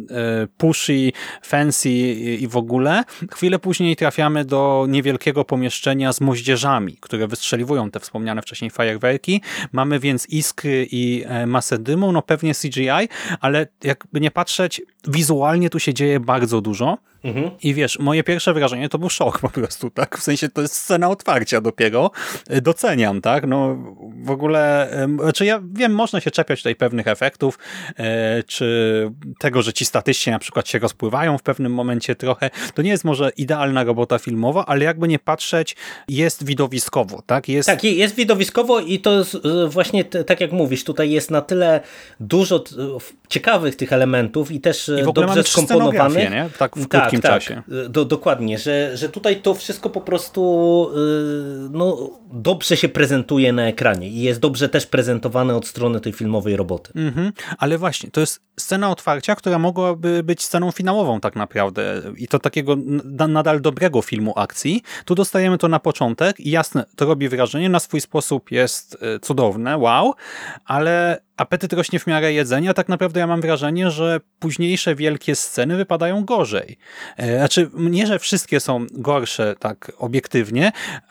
pushy, fancy i w ogóle. Chwilę później trafiamy do niewielkiego pomieszczenia z moździerzami, które wystrzeliwują te wspomniane wcześniej fajerwerki. Mamy więc iskry i masę dymu, no pewnie C G I, ale jakby nie patrzeć, wizualnie tu się dzieje bardzo dużo. Mhm. I wiesz, moje pierwsze wrażenie to był szok po prostu, tak? W sensie to jest scena otwarcia dopiero. Doceniam, tak? No w ogóle, znaczy ja wiem, można się czepiać tutaj pewnych efektów, e, czy tego, że ci statyści na przykład się rozpływają w pewnym momencie trochę. To nie jest może idealna robota filmowa, ale jakby nie patrzeć, jest widowiskowo, tak? Jest... Tak, jest widowiskowo i to jest właśnie, tak jak mówisz, tutaj jest na tyle dużo ciekawych tych elementów i też I w ogóle dobrze skomponowanych. Nie? Tak w krótkim tak, czasie. Tak, do, dokładnie, że, że tutaj to wszystko po prostu yy, no, dobrze się prezentuje na ekranie i jest dobrze też prezentowane od strony tej filmowej roboty. Mhm, ale właśnie, to jest scena otwarcia, która mogłaby być sceną finałową tak naprawdę i to takiego nadal dobrego filmu akcji. Tu dostajemy to na początek i jasne, to robi wrażenie, na swój sposób jest cudowne, wow, ale apetyt rośnie w miarę jedzenia. Tak naprawdę ja mam wrażenie, że późniejsze wielkie sceny wypadają gorzej. Znaczy, nie, że wszystkie są gorsze tak obiektywnie,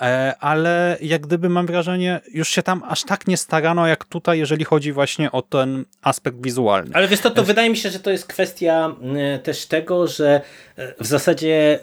ale jak gdyby mam wrażenie, już się tam aż tak nie starano jak tutaj, jeżeli chodzi właśnie o ten aspekt wizualny. Ale wiesz to, to wydaje mi się, że to jest kwestia też tego, że w zasadzie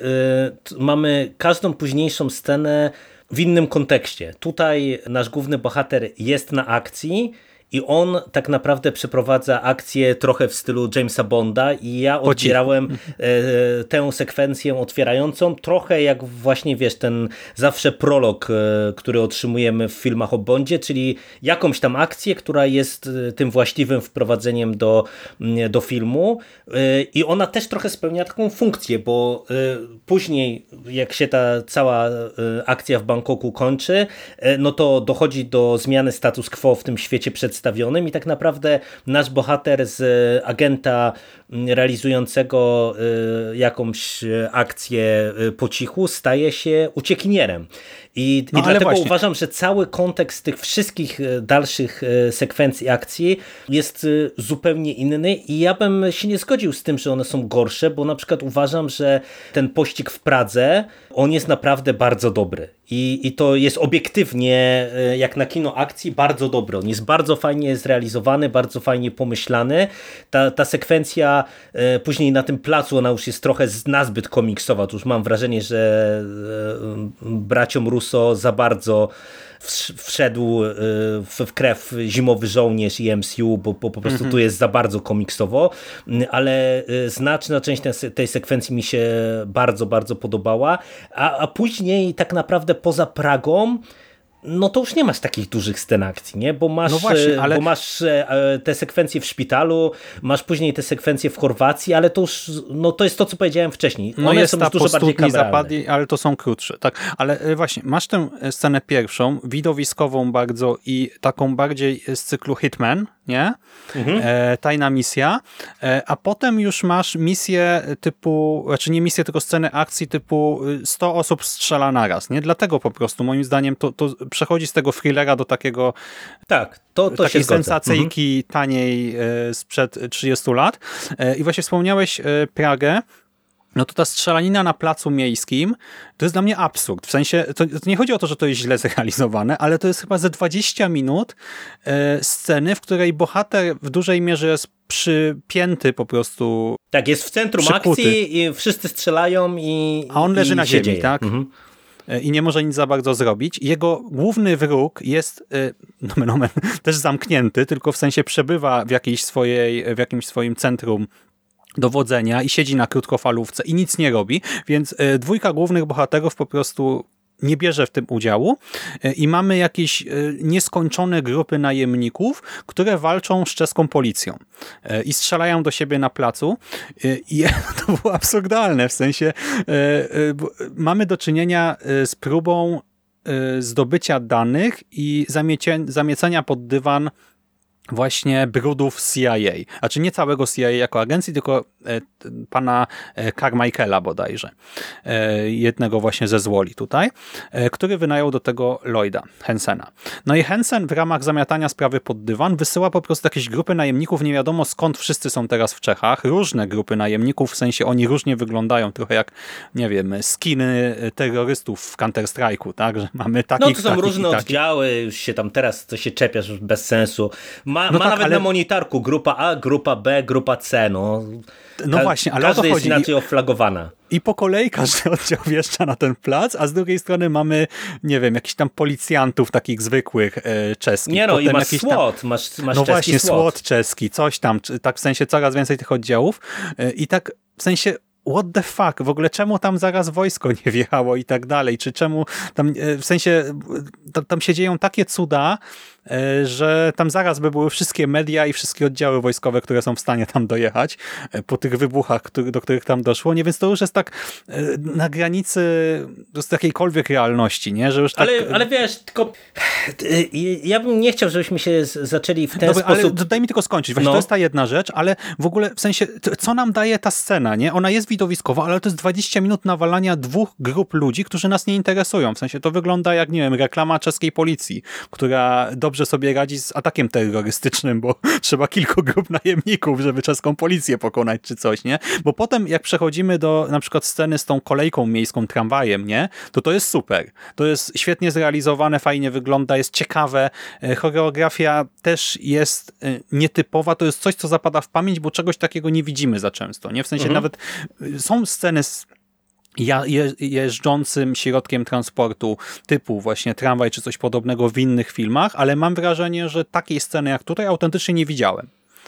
mamy każdą późniejszą scenę w innym kontekście. Tutaj nasz główny bohater jest na akcji i on tak naprawdę przeprowadza akcję trochę w stylu Jamesa Bonda i ja odbierałem e, tę sekwencję otwierającą trochę jak właśnie, wiesz, ten zawsze prolog, e, który otrzymujemy w filmach o Bondzie, czyli jakąś tam akcję, która jest tym właściwym wprowadzeniem do, do filmu e, i ona też trochę spełnia taką funkcję, bo e, później jak się ta cała e, akcja w Bangkoku kończy, e, no to dochodzi do zmiany status quo w tym świecie przedstawionym i tak naprawdę nasz bohater z agenta realizującego jakąś akcję po cichu staje się uciekinierem. I, no, i dlatego właśnie uważam, że cały kontekst tych wszystkich dalszych sekwencji akcji jest zupełnie inny i ja bym się nie zgodził z tym, że one są gorsze, bo na przykład uważam, że ten pościg w Pradze, on jest naprawdę bardzo dobry. I, I to jest obiektywnie, jak na kino akcji, bardzo dobry. On jest bardzo fajnie zrealizowany, bardzo fajnie pomyślany. Ta, ta sekwencja e, później na tym placu, ona już jest trochę nazbyt komiksowa. Tu już mam wrażenie, że e, braciom Russo za bardzo wszedł w krew Zimowy Żołnierz i M C U, bo, bo po prostu mm-hmm. tu jest za bardzo komiksowo, ale znaczna część tej, tej sekwencji mi się bardzo, bardzo podobała, a, a później tak naprawdę poza Pragą no to już nie masz takich dużych scen akcji, nie? Bo masz, no właśnie, ale... bo masz te sekwencje w szpitalu, masz później te sekwencje w Chorwacji, ale to już, no to jest to, co powiedziałem wcześniej. No One jest są ta już dużo bardziej kameralne. Zapadli, ale to są krótsze, tak. Ale właśnie, masz tę scenę pierwszą, widowiskową bardzo i taką bardziej z cyklu Hitman, nie? Mhm. E, tajna misja, e, a potem już masz misję typu, znaczy nie misję, tylko scenę akcji typu sto osób strzela naraz, nie? Dlatego po prostu moim zdaniem to, to przechodzi z tego thrillera do takiego tak, to, to takiej się sensacyjki mhm. taniej e, sprzed trzydziestu lat. E, I właśnie wspomniałeś e, Pragę. no to ta strzelanina na placu miejskim to jest dla mnie absurd. W sensie, to, to nie chodzi o to, że to jest źle zrealizowane, ale to jest chyba ze dwadzieścia minut e, sceny, w której bohater w dużej mierze jest przypięty po prostu. Tak, jest w centrum przykuty. akcji i wszyscy strzelają i a on leży i na się ziemi, dzieje. tak? Mhm. I nie może nic za bardzo zrobić. Jego główny wróg jest nomen, nomen, też zamknięty, tylko w sensie przebywa w jakiejś swojej, w jakimś swoim centrum dowodzenia i siedzi na krótkofalówce i nic nie robi, więc dwójka głównych bohaterów po prostu nie bierze w tym udziału i mamy jakieś nieskończone grupy najemników, które walczą z czeską policją i strzelają do siebie na placu i to było absurdalne, w sensie mamy do czynienia z próbą zdobycia danych i zamiecenia pod dywan właśnie brudów C I A. Znaczy nie całego C I A jako agencji, tylko e, pana e, Carmichaela bodajże. E, jednego właśnie ze złoli tutaj, e, który wynajął do tego Lloyda, Hensena. No i Hensen w ramach zamiatania sprawy pod dywan wysyła po prostu jakieś grupy najemników, nie wiadomo skąd wszyscy są teraz w Czechach, różne grupy najemników, w sensie oni różnie wyglądają, trochę jak, nie wiem, skiny terrorystów w Counter-Strike'u, tak? Że mamy takich, No to są takich różne i oddziały, już się tam teraz to się czepiasz bez sensu. Ma, No ma tak, nawet ale... na monitorku grupa A, grupa B, grupa C. No, no Ka- właśnie, ale o każda to jest chodzi. inaczej oflagowana. I po kolei każdy oddział wjeżdża na ten plac, a z drugiej strony mamy, nie wiem, jakichś tam policjantów takich zwykłych e, czeskich. Nie no, Potem i masz jakiś SWAT, tam, masz, masz no czeski właśnie, SWAT. SWAT czeski, coś tam, czy, tak w sensie coraz więcej tych oddziałów e, i tak w sensie what the fuck, w ogóle czemu tam zaraz wojsko nie wjechało i tak dalej, czy czemu tam, e, w sensie tam, tam się dzieją takie cuda, że tam zaraz by były wszystkie media i wszystkie oddziały wojskowe, które są w stanie tam dojechać po tych wybuchach, do których tam doszło. Nie, więc to już jest tak na granicy z jakiejkolwiek realności, nie? Że już tak... ale, ale wiesz, tylko ja bym nie chciał, żebyśmy się zaczęli w ten Dobra, sposób... ale daj mi tylko skończyć. Właśnie no. to jest ta jedna rzecz, ale w ogóle w sensie, co nam daje ta scena, nie? Ona jest widowiskowa, ale to jest dwadzieścia minut nawalania dwóch grup ludzi, którzy nas nie interesują. W sensie to wygląda jak, nie wiem, reklama czeskiej policji, która dobrze sobie radzi z atakiem terrorystycznym, bo trzeba kilku grup najemników, żeby czeską policję pokonać czy coś, nie? Bo potem jak przechodzimy do na przykład sceny z tą kolejką miejską, tramwajem, nie? To to jest super. To jest świetnie zrealizowane, fajnie wygląda, jest ciekawe. Choreografia też jest nietypowa. To jest coś, co zapada w pamięć, bo czegoś takiego nie widzimy za często, nie? W sensie mhm. nawet są sceny z Ja, je, jeżdżącym środkiem transportu typu właśnie tramwaj czy coś podobnego w innych filmach, ale mam wrażenie, że takiej sceny jak tutaj autentycznie nie widziałem.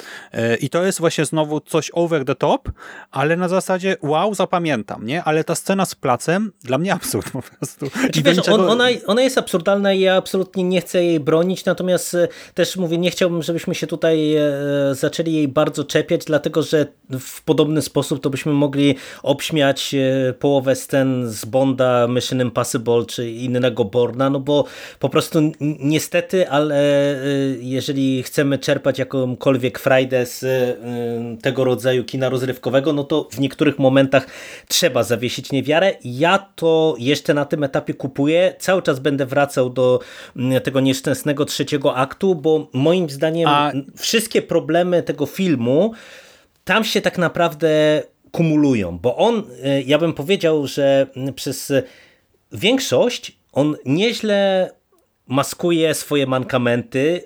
I to jest właśnie znowu coś over the top, ale na zasadzie wow, zapamiętam, nie? Ale ta scena z placem dla mnie absurd po prostu. Znaczy, wiesz, niczego... on, ona, ona jest absurdalna i ja absolutnie nie chcę jej bronić, natomiast też mówię, nie chciałbym, żebyśmy się tutaj e, zaczęli jej bardzo czepiać, dlatego że w podobny sposób to byśmy mogli obśmiać e, połowę scen z Bonda, Mission Impossible czy innego Borna, no bo po prostu niestety, ale e, jeżeli chcemy czerpać jakąkolwiek frajdę z y, tego rodzaju kina rozrywkowego, no to w niektórych momentach trzeba zawiesić niewiarę. Ja to jeszcze na tym etapie kupuję. Cały czas będę wracał do y, tego nieszczęsnego trzeciego aktu, bo moim zdaniem A... wszystkie problemy tego filmu tam się tak naprawdę kumulują, bo on, y, ja bym powiedział, że przez większość on nieźle maskuje swoje mankamenty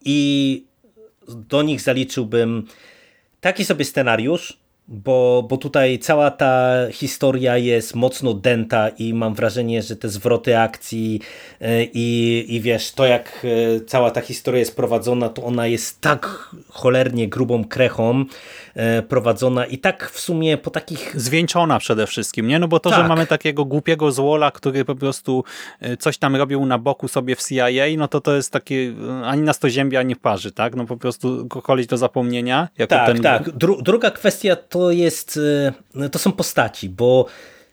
i do nich zaliczyłbym taki sobie scenariusz, bo, bo tutaj cała ta historia jest mocno dęta i mam wrażenie, że te zwroty akcji i, i wiesz, to jak cała ta historia jest prowadzona, to ona jest tak cholernie grubą krechą prowadzona i tak w sumie po takich... Zwieńczona przede wszystkim, nie? No bo to, tak. że mamy takiego głupiego złola, który po prostu coś tam robił na boku sobie w C I A, no to to jest takie ani na sto ziębi, ani w parzy, tak? No po prostu koleś do zapomnienia. Jako tak, ten... tak. Dru- druga kwestia to jest, to są postaci, bo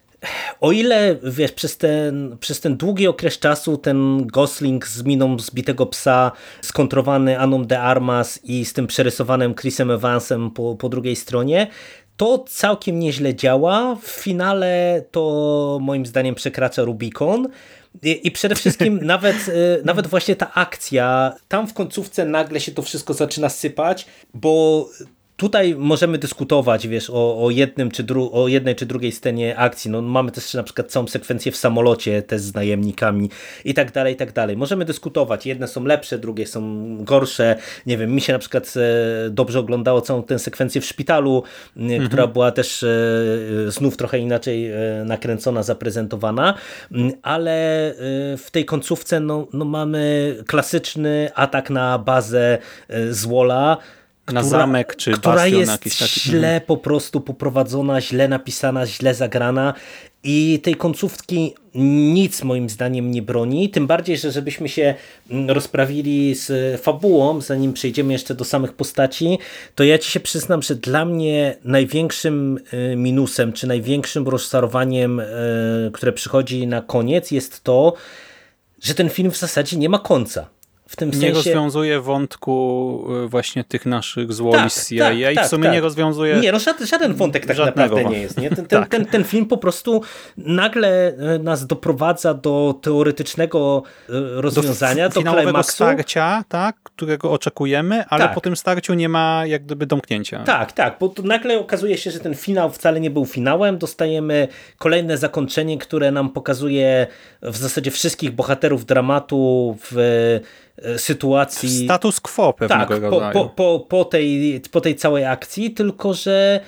o ile, wiesz, przez ten, przez ten długi okres czasu ten Gosling z miną zbitego psa, skontrowany Aną de Armas i z tym przerysowanym Chrisem Evansem po, po drugiej stronie, to całkiem nieźle działa. W finale to moim zdaniem przekracza Rubikon. I, i przede wszystkim nawet, nawet właśnie ta akcja, tam w końcówce nagle się to wszystko zaczyna sypać, bo tutaj możemy dyskutować, wiesz, o, o, jednym czy dru- o jednej czy drugiej scenie akcji. No, mamy też na przykład całą sekwencję w samolocie, też z najemnikami i tak dalej, i tak dalej. Możemy dyskutować. Jedne są lepsze, drugie są gorsze. Nie wiem, mi się na przykład e, dobrze oglądało całą tę sekwencję w szpitalu, e, mhm. która była też e, znów trochę inaczej e, nakręcona, zaprezentowana, ale e, w tej końcówce no, no mamy klasyczny atak na bazę e, Zwola, na która, zamek, czy która bastion jest jakiś taki. źle po prostu poprowadzona, źle napisana, źle zagrana i tej końcówki nic moim zdaniem nie broni, tym bardziej, że żebyśmy się rozprawili z fabułą, zanim przejdziemy jeszcze do samych postaci, to ja ci się przyznam, że dla mnie największym minusem, czy największym rozczarowaniem, które przychodzi na koniec, jest to, że ten film w zasadzie nie ma końca. W tym nie sensie... rozwiązuje wątku właśnie tych naszych złoli tak, z C I A tak, i tak, w sumie tak. nie rozwiązuje... Nie, no żaden, żaden wątek tak naprawdę wątku. nie jest. Nie? Ten, ten, tak. ten, ten film po prostu nagle nas doprowadza do teoretycznego rozwiązania, do, do finałowego klimaksu. starcia, tak, którego oczekujemy, ale tak. po tym starciu nie ma jak gdyby domknięcia. Tak, tak, bo nagle okazuje się, że ten finał wcale nie był finałem. Dostajemy kolejne zakończenie, które nam pokazuje w zasadzie wszystkich bohaterów dramatu w sytuacji... Status quo pewnego tak, rodzaju. Po, po, po, tej, po tej całej akcji, tylko że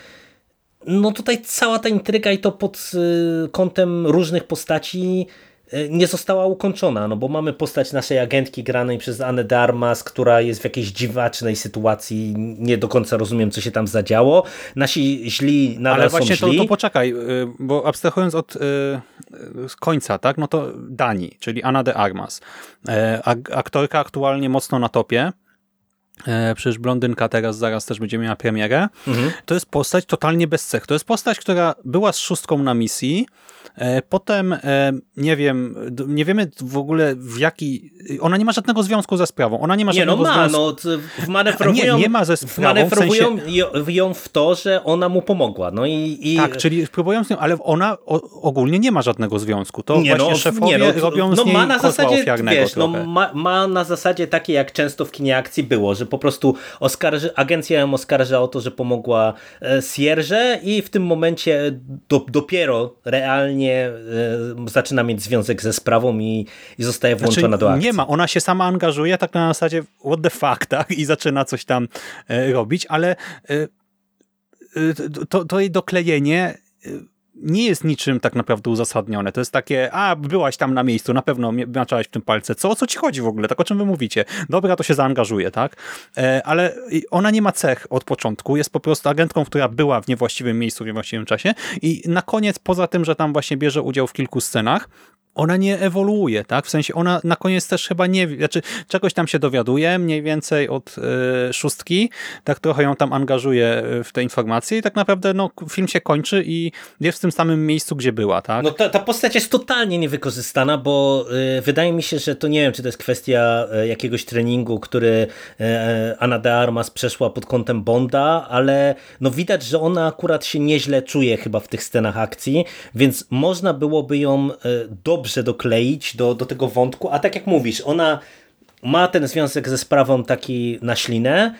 no tutaj cała ta intryga i to pod kątem różnych postaci nie została ukończona, no bo mamy postać naszej agentki granej przez Annę de Armas, która jest w jakiejś dziwacznej sytuacji, nie do końca rozumiem, co się tam zadziało. Nasi źli nadal Ale są właśnie źli. to, to poczekaj, bo abstrahując od y, końca, tak, no to Dani, czyli Anna de Armas. Aktorka aktualnie mocno na topie. Przecież Blondynka teraz zaraz też będzie miała premierę. Mhm. To jest postać totalnie bez cech. To jest postać, która była z szóstką na misji. Potem nie wiem, nie wiemy w ogóle w jaki... Ona nie ma żadnego związku ze sprawą. Ona nie ma żadnego nie, no ma, związku... no wmanewrowują, nie, nie ma ze sprawą, wmanewrowują w sensie... ją w to, że ona mu pomogła. No i, i... Tak, czyli próbują z nią, ale ona o, ogólnie nie ma żadnego związku. To nie, właśnie no, szefowie nie, no, robią no, z niej ma na kozła zasadzie, ofiarnego wiesz, no, trochę. ma, ma na zasadzie takie, jak często w kinie akcji było, że po prostu oskarży, agencja ją oskarża o to, że pomogła e, Sierże i w tym momencie do, dopiero realnie e, zaczyna mieć związek ze sprawą i, i zostaje włączona znaczy, do akcji. Nie ma, ona się sama angażuje tak na zasadzie what the fuck, tak? I zaczyna coś tam e, robić, ale e, e, to, to jej doklejenie e, nie jest niczym tak naprawdę uzasadnione. To jest takie, a byłaś tam na miejscu, na pewno maczałaś w tym palce. Co? O co ci chodzi w ogóle? Tak o czym wy mówicie? Dobra, to się zaangażuje, tak? E, ale ona nie ma cech od początku. Jest po prostu agentką, która była w niewłaściwym miejscu w niewłaściwym czasie i na koniec, poza tym, że tam właśnie bierze udział w kilku scenach, ona nie ewoluuje, tak? W sensie ona na koniec też chyba nie, znaczy czegoś tam się dowiaduje, mniej więcej od y, szóstki, tak trochę ją tam angażuje w te informacje i tak naprawdę no, film się kończy i jest w tym samym miejscu, gdzie była, tak? No ta, ta postać jest totalnie niewykorzystana, bo y, wydaje mi się, że to nie wiem, czy to jest kwestia y, jakiegoś treningu, który y, Anna de Armas przeszła pod kątem Bonda, ale no widać, że ona akurat się nieźle czuje chyba w tych scenach akcji, więc można byłoby ją y, dobrze dokleić do, do tego wątku, a tak jak mówisz, ona ma ten związek ze sprawą taki na ślinę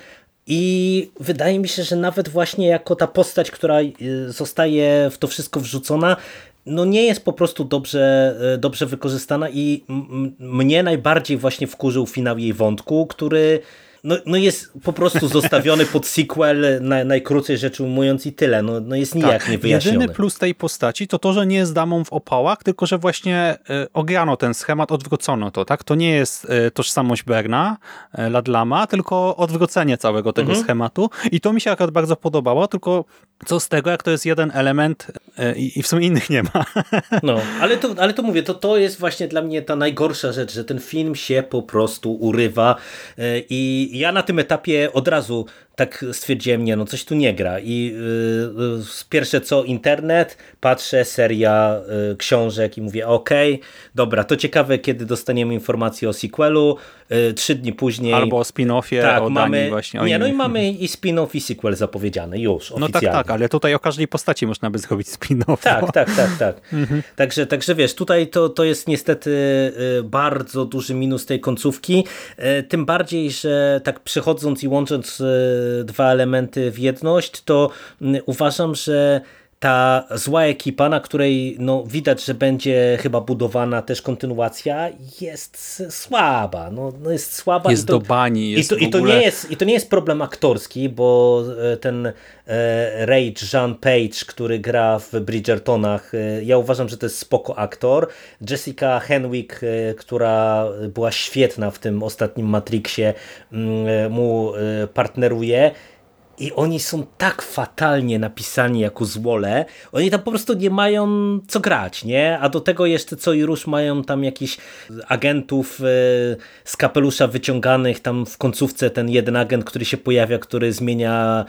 i wydaje mi się, że nawet właśnie jako ta postać, która zostaje w to wszystko wrzucona, no nie jest po prostu dobrze, dobrze wykorzystana i m- mnie najbardziej właśnie wkurzył finał jej wątku, który No, no jest po prostu zostawiony pod sequel, na, najkrócej rzecz ujmując i tyle. No, no jest nijak tak. nie wyjaśniony. Jedyny plus tej postaci to to, że nie jest damą w opałach, tylko że właśnie y, ograno ten schemat, odwrócono to. Tak? To nie jest y, tożsamość Berna, y, Ladlama, tylko odwrócenie całego tego mhm. schematu i to mi się akurat bardzo podobało, tylko co z tego, jak to jest jeden element y, i w sumie innych nie ma. No, ale to, ale to mówię, to, to jest właśnie dla mnie ta najgorsza rzecz, że ten film się po prostu urywa y, i ja na tym etapie od razu tak stwierdziłem, nie, no coś tu nie gra i yy, pierwsze co internet, patrzę, seria yy, książek i mówię okej, okay, dobra, to ciekawe kiedy dostaniemy informację o sequelu, yy, trzy dni później. Albo o spin-offie, tak, o mamy, Danii właśnie. O nie, no i innych. mamy i spin-off i sequel zapowiedziany już oficjalnie. No tak, tak, ale tutaj o każdej postaci można by zrobić spin-off. Tak, tak, tak, tak. Mhm. Także, także wiesz, tutaj to, to jest niestety yy, bardzo duży minus tej końcówki, yy, tym bardziej, że tak przechodząc i łącząc yy, dwa elementy w jedność, to uważam, że ta zła ekipa, na której no, widać, że będzie chyba budowana też kontynuacja, jest słaba. No, no jest słaba. Jest i to, do bani. Jest i, to, w ogóle... i, to nie jest, I to nie jest problem aktorski, bo ten e, Ray Jean Page, który gra w Bridgertonach, e, ja uważam, że to jest spoko aktor. Jessica Henwick, e, która była świetna w tym ostatnim Matrixie, m, mu e, partneruje. I oni są tak fatalnie napisani jako złole, oni tam po prostu nie mają co grać, nie? A do tego jeszcze co i rusz mają tam jakichś agentów z kapelusza wyciąganych, tam w końcówce ten jeden agent, który się pojawia, który zmienia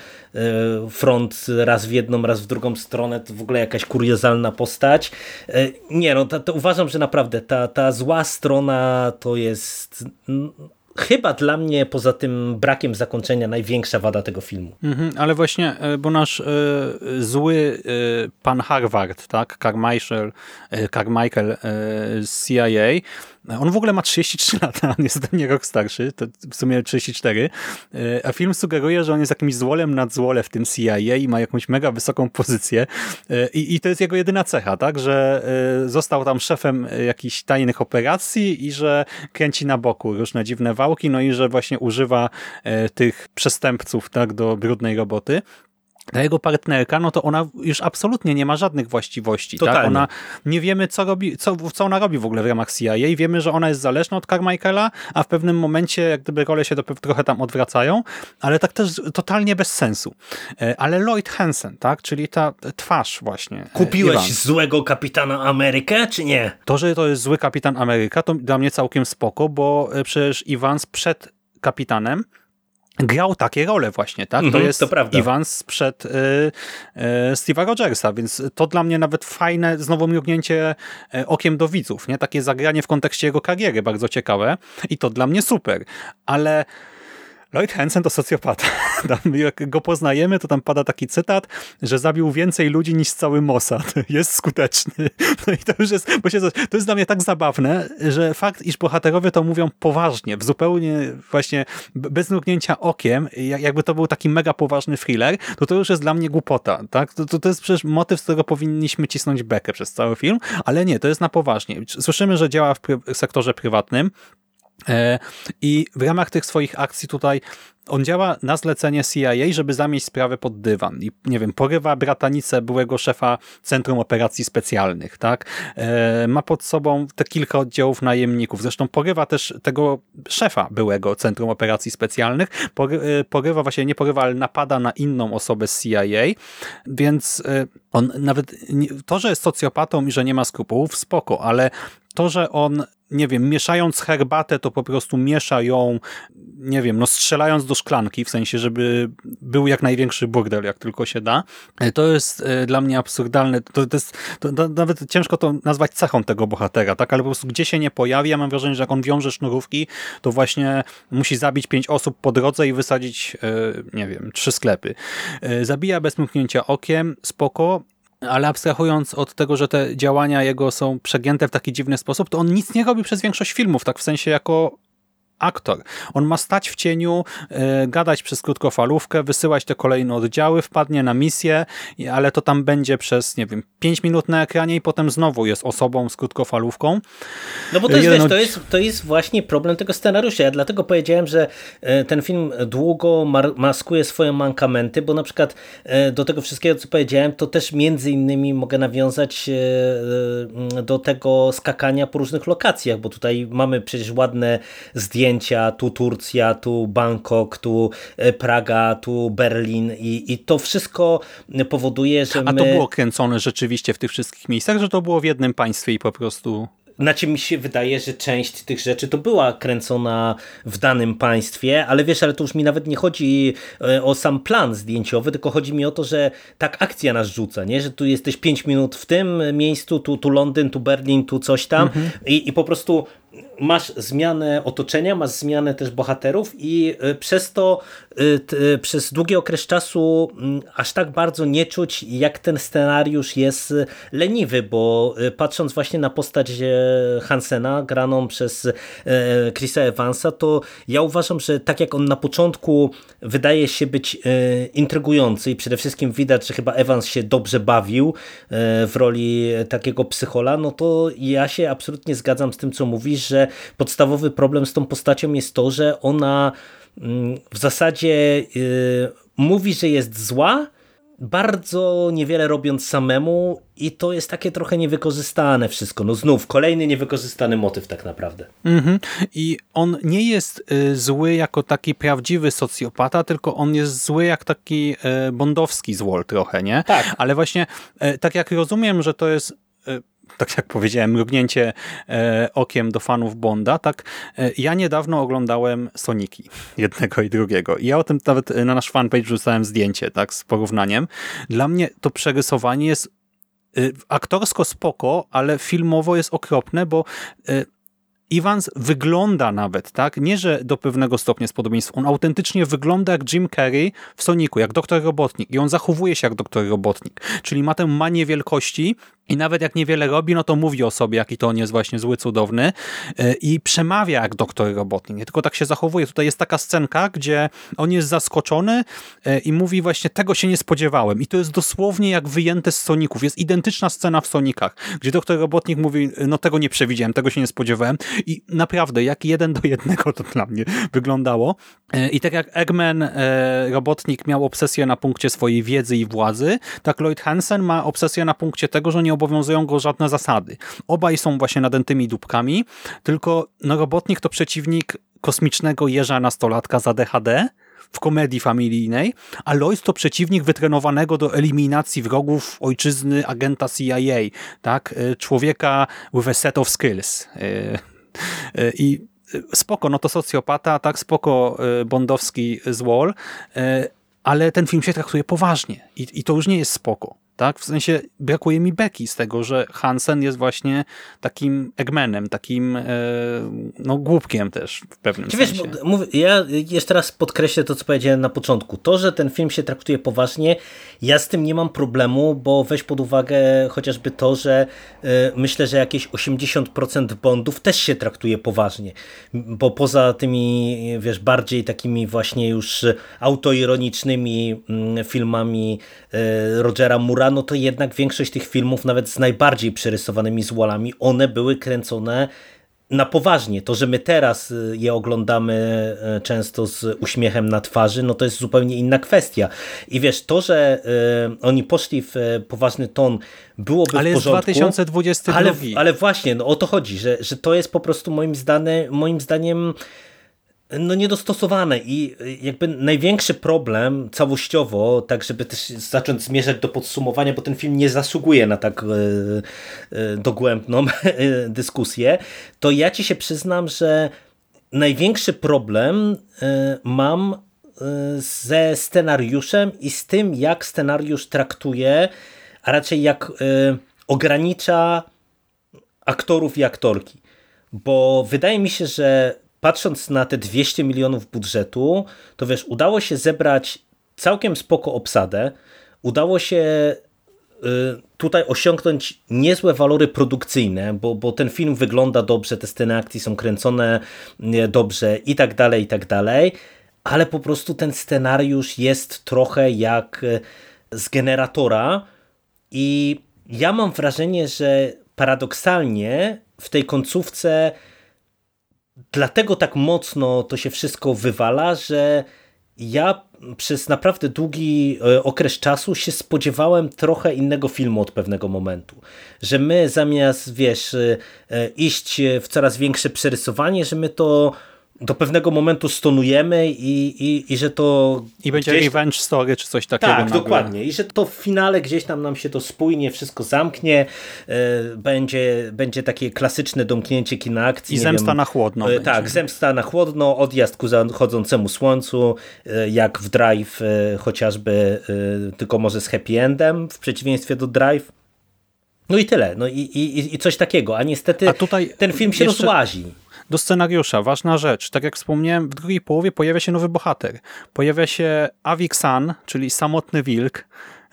front raz w jedną, raz w drugą stronę, to w ogóle jakaś kuriozalna postać. Nie no, to, to uważam, że naprawdę ta, ta zła strona to jest... chyba dla mnie poza tym brakiem zakończenia największa wada tego filmu. Mhm, ale właśnie, bo nasz y, zły y, pan Harvard, tak, Carmichael, y, Carmichael y, z C I A, on w ogóle ma trzydzieści trzy lata, on jest ode mnie rok starszy, to w sumie trzydzieści cztery, y, a film sugeruje, że on jest jakimś złolem nad złole w tym C I A i ma jakąś mega wysoką pozycję y, i to jest jego jedyna cecha, tak, że y, został tam szefem jakichś tajnych operacji i że kręci na boku różne dziwne wałki, no i że właśnie używa y, tych przestępców, tak, do brudnej roboty. Ta jego partnerka, no to ona już absolutnie nie ma żadnych właściwości. Tak? Ona nie wiemy, co robi, co, co ona robi w ogóle w ramach C I A. Wiemy, że ona jest zależna od Carmichaela, a w pewnym momencie jak gdyby role się trochę tam odwracają, ale tak też totalnie bez sensu. Ale Lloyd Hansen, tak, czyli ta twarz właśnie. Kupiłeś Iwan. złego Kapitana Amerykę, czy nie? To, że to jest zły Kapitan Ameryka, to dla mnie całkiem spoko, bo przecież Evans przed Kapitanem grał takie role właśnie, tak? Mm-hmm, to jest to prawda. Evans sprzed y, y, Steve'a Rogersa, więc to dla mnie nawet fajne znowu mrugnięcie y, okiem do widzów, nie? Takie zagranie w kontekście jego kariery, bardzo ciekawe i to dla mnie super, ale Lloyd Hansen to socjopata. Tam, jak go poznajemy, to tam pada taki cytat, że zabił więcej ludzi niż cały Mossad. Jest skuteczny. No i to już jest, bo się, to jest dla mnie tak zabawne, że fakt, iż bohaterowie to mówią poważnie, w zupełnie właśnie bez mrugnięcia okiem, jakby to był taki mega poważny thriller, to to już jest dla mnie głupota. Tak? To, to, to jest przecież motyw, z którego powinniśmy cisnąć bekę przez cały film, ale nie, to jest na poważnie. Słyszymy, że działa w pry- sektorze prywatnym, i w ramach tych swoich akcji tutaj on działa na zlecenie C I A, żeby zamieść sprawę pod dywan i, nie wiem, porywa bratanicę byłego szefa Centrum Operacji Specjalnych, tak? E, ma pod sobą te kilka oddziałów najemników, zresztą porywa też tego szefa byłego Centrum Operacji Specjalnych, pory, porywa, właśnie nie porywa, ale napada na inną osobę z C I A, więc e, on nawet, to, że jest socjopatą i że nie ma skrupułów, spoko, ale to, że on, nie wiem, mieszając herbatę, to po prostu miesza ją, nie wiem, no strzelając do szklanki, w sensie, żeby był jak największy burdel, jak tylko się da. To jest dla mnie absurdalne. To, to jest, to, to nawet ciężko to nazwać cechą tego bohatera, tak? Ale po prostu gdzie się nie pojawi, ja mam wrażenie, że jak on wiąże sznurówki, to właśnie musi zabić pięć osób po drodze i wysadzić, nie wiem, trzy sklepy. Zabija bez mrugnięcia okiem, spoko, ale abstrahując od tego, że te działania jego są przegięte w taki dziwny sposób, to on nic nie robi przez większość filmów, tak w sensie jako aktor. On ma stać w cieniu, yy, gadać przez krótkofalówkę, wysyłać te kolejne oddziały, wpadnie na misję, ale to tam będzie przez, nie wiem, pięć minut na ekranie i potem znowu jest osobą z krótkofalówką. No bo to jest, Jeden... wiesz, to jest, to jest właśnie problem tego scenariusza. Ja dlatego powiedziałem, że ten film długo maskuje swoje mankamenty, bo na przykład do tego wszystkiego, co powiedziałem, to też między innymi mogę nawiązać do tego skakania po różnych lokacjach, bo tutaj mamy przecież ładne zdjęcia, tu Turcja, tu Bangkok, tu Praga, tu Berlin i, i to wszystko powoduje, że my... A to było kręcone rzeczywiście w tych wszystkich miejscach, że to było w jednym państwie i po prostu... Znaczy mi się wydaje, że część tych rzeczy to była kręcona w danym państwie, ale wiesz, ale to już mi nawet nie chodzi o sam plan zdjęciowy, tylko chodzi mi o to, że tak akcja nas rzuca, nie? Że tu jesteś pięć minut w tym miejscu, tu, tu Londyn, tu Berlin, tu coś tam mhm. I, i po prostu masz zmianę otoczenia, masz zmianę też bohaterów i przez to przez długi okres czasu aż tak bardzo nie czuć, jak ten scenariusz jest leniwy, bo patrząc właśnie na postać Hansena graną przez Chrisa Evansa, to ja uważam, że tak jak on na początku wydaje się być intrygujący i przede wszystkim widać, że chyba Evans się dobrze bawił w roli takiego psychola, no to ja się absolutnie zgadzam z tym, co mówisz, że podstawowy problem z tą postacią jest to, że ona w zasadzie mówi, że jest zła, bardzo niewiele robiąc samemu i to jest takie trochę niewykorzystane wszystko. No znów, kolejny niewykorzystany motyw tak naprawdę. Mhm. I on nie jest y, zły jako taki prawdziwy socjopata, tylko on jest zły jak taki y, bondowski złol trochę, nie? Tak. Ale właśnie y, tak jak rozumiem, że to jest y, tak jak powiedziałem, mrugnięcie e, okiem do fanów Bonda, tak e, ja niedawno oglądałem Soniki, jednego i drugiego. I ja o tym nawet na nasz fanpage wrzucałem zdjęcie, tak, z porównaniem. Dla mnie to przerysowanie jest e, aktorsko spoko, ale filmowo jest okropne, bo e, Evans wygląda nawet, tak? Nie, że do pewnego stopnia jest podobieństwo. On autentycznie wygląda jak Jim Carrey w Soniku, jak Doktor Robotnik. I on zachowuje się jak Doktor Robotnik. Czyli ma tę manię wielkości i nawet jak niewiele robi, no to mówi o sobie, jaki to on jest właśnie zły, cudowny i przemawia jak Doktor Robotnik. Nie tylko tak się zachowuje. Tutaj jest taka scenka, gdzie on jest zaskoczony i mówi właśnie, tego się nie spodziewałem. I to jest dosłownie jak wyjęte z Soników. Jest identyczna scena w Sonikach, gdzie Doktor Robotnik mówi, no tego nie przewidziałem, tego się nie spodziewałem. I naprawdę, jak jeden do jednego to dla mnie wyglądało. I tak jak Eggman, Robotnik miał obsesję na punkcie swojej wiedzy i władzy, tak Lloyd Hansen ma obsesję na punkcie tego, że nie obowiązują go żadne zasady. Obaj są właśnie nadętymi dupkami, tylko no, Robotnik to przeciwnik kosmicznego jeża nastolatka za D H D w komedii familijnej, a Lloyd to przeciwnik wytrenowanego do eliminacji wrogów ojczyzny agenta C I A, tak? Człowieka with a set of skills. I spoko, no to socjopata, tak, spoko bondowski złol, ale ten film się traktuje poważnie i, i to już nie jest spoko. Tak? W sensie brakuje mi beki z tego, że Hansen jest właśnie takim Eggmanem, takim e, no, głupkiem też w pewnym Wiesz, sensie. Mówię, ja jeszcze raz podkreślę to, co powiedziałem na początku. To, że ten film się traktuje poważnie, ja z tym nie mam problemu, bo weź pod uwagę chociażby to, że y, myślę, że jakieś osiemdziesiąt procent Bondów też się traktuje poważnie, bo poza tymi, wiesz, bardziej takimi właśnie już autoironicznymi y, filmami y, Rogera Moore'a, no to jednak większość tych filmów, nawet z najbardziej przerysowanymi złolami, one były kręcone na poważnie. To, że my teraz je oglądamy często z uśmiechem na twarzy, no to jest zupełnie inna kwestia. I wiesz, to, że y, oni poszli w poważny ton, byłoby ale w porządku. Ale jest dwa tysiące dwudziesty drugi. Ale, ale właśnie, no o to chodzi, że, że to jest po prostu moim, zdane, moim zdaniem no niedostosowane i jakby największy problem całościowo, tak żeby też zacząć zmierzać do podsumowania, bo ten film nie zasługuje na tak e, dogłębną dyskusję, to ja ci się przyznam, że największy problem e, mam e, ze scenariuszem i z tym, jak scenariusz traktuje, a raczej jak e, ogranicza aktorów i aktorki. Bo wydaje mi się, że patrząc na te dwieście milionów budżetu, to wiesz, udało się zebrać całkiem spoko obsadę, udało się y, tutaj osiągnąć niezłe walory produkcyjne, bo, bo ten film wygląda dobrze, te sceny akcji są kręcone dobrze i tak dalej, i tak dalej, ale po prostu ten scenariusz jest trochę jak z generatora i ja mam wrażenie, że paradoksalnie w tej końcówce dlatego tak mocno to się wszystko wywala, że ja przez naprawdę długi okres czasu się spodziewałem trochę innego filmu od pewnego momentu. Że my zamiast, wiesz, iść w coraz większe przerysowanie, że my to do pewnego momentu stonujemy i, i, i że to... I będzie gdzieś... revenge story czy coś takiego. Tak, nagle. Dokładnie. I że to w finale gdzieś tam nam się to spójnie wszystko zamknie. Yy, będzie, będzie takie klasyczne domknięcie kina akcji. I zemsta wiem, na chłodno. Yy, tak, zemsta na chłodno, odjazd ku zachodzącemu słońcu, yy, jak w Drive yy, chociażby, yy, tylko może z happy endem, w przeciwieństwie do Drive. No i tyle, no i, i, i coś takiego, a niestety a tutaj ten film się rozłazi. Do scenariusza, ważna rzecz. Tak jak wspomniałem, w drugiej połowie pojawia się nowy bohater. Pojawia się Avik San, czyli samotny wilk.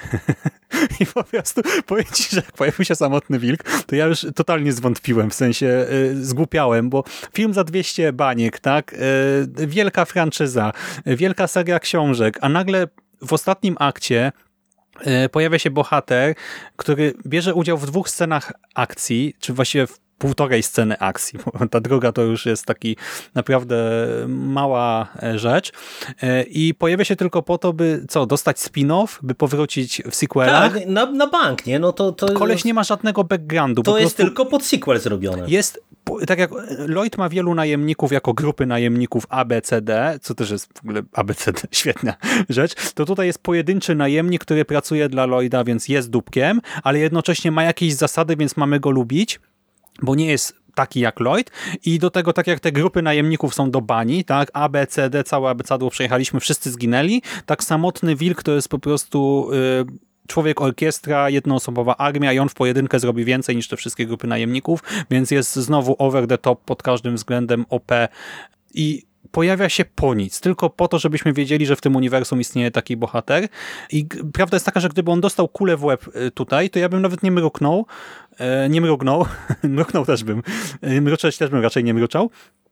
I po prostu powiem ci, że jak pojawił się samotny wilk, to ja już totalnie zwątpiłem, w sensie y, zgłupiałem, bo film za dwieście baniek, tak? Y, wielka franczyza, y, wielka seria książek, a nagle w ostatnim akcie y, pojawia się bohater, który bierze udział w dwóch scenach akcji, czy właściwie w półtorej sceny akcji, bo ta druga to już jest taki naprawdę mała rzecz i pojawia się tylko po to, by co, dostać spin-off, by powrócić w sequelach. Tak, na, na bank, nie? No to, to koleś nie ma żadnego backgroundu. To jest tylko pod sequel zrobione. Jest, tak jak Lloyd ma wielu najemników jako grupy najemników A B C D, co też jest w ogóle A B C D, świetna rzecz, to tutaj jest pojedynczy najemnik, który pracuje dla Lloyda, więc jest dupkiem, ale jednocześnie ma jakieś zasady, więc mamy go lubić, bo nie jest taki jak Lloyd i do tego, tak jak te grupy najemników są do bani, tak, A, B, C, D, całe abecadło przejechaliśmy, wszyscy zginęli, tak samotny wilk to jest po prostu y, człowiek orkiestra, jednoosobowa armia i on w pojedynkę zrobi więcej niż te wszystkie grupy najemników, więc jest znowu over the top pod każdym względem O P i pojawia się po nic, tylko po to, żebyśmy wiedzieli, że w tym uniwersum istnieje taki bohater i prawda jest taka, że gdyby on dostał kulę w łeb tutaj, to ja bym nawet nie mruknął, nie mrugnął, mruknął też bym, mruczeć też bym raczej nie mruczał.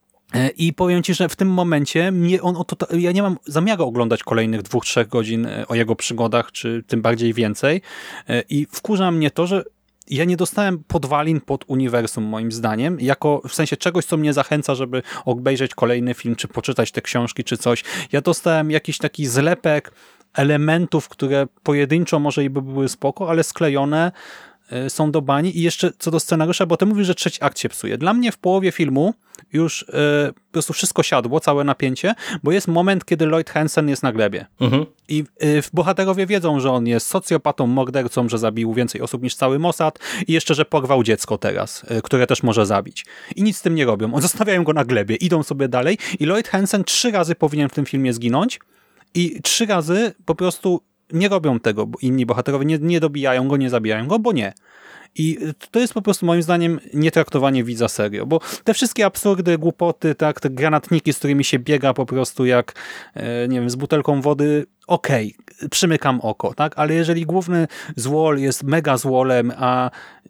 I powiem ci, że w tym momencie mnie on, to, ja nie mam zamiaru oglądać kolejnych dwóch, trzech godzin o jego przygodach, czy tym bardziej więcej i wkurza mnie to, że ja nie dostałem podwalin pod uniwersum, moim zdaniem, jako w sensie czegoś, co mnie zachęca, żeby obejrzeć kolejny film, czy poczytać te książki, czy coś. Ja dostałem jakiś taki zlepek elementów, które pojedynczo może i by były spoko, ale sklejone są do bani. I jeszcze co do scenariusza, bo ty mówisz, że trzeci akt się psuje. Dla mnie w połowie filmu już y, po prostu wszystko siadło, całe napięcie, bo jest moment, kiedy Lloyd Hansen jest na glebie. Mhm. I y, bohaterowie wiedzą, że on jest socjopatą, mordercą, że zabił więcej osób niż cały Mossad i jeszcze, że porwał dziecko teraz, y, które też może zabić. I nic z tym nie robią. On zostawiają go na glebie, idą sobie dalej i Lloyd Hansen trzy razy powinien w tym filmie zginąć i trzy razy po prostu nie robią tego, bo inni bohaterowie nie, nie dobijają go, nie zabijają go, bo nie. I to jest po prostu moim zdaniem nietraktowanie widza serio, bo te wszystkie absurdy, głupoty, tak, te granatniki, z którymi się biega po prostu jak, nie wiem, z butelką wody, okej, okay, przymykam oko, tak, ale jeżeli główny złol jest mega złolem, a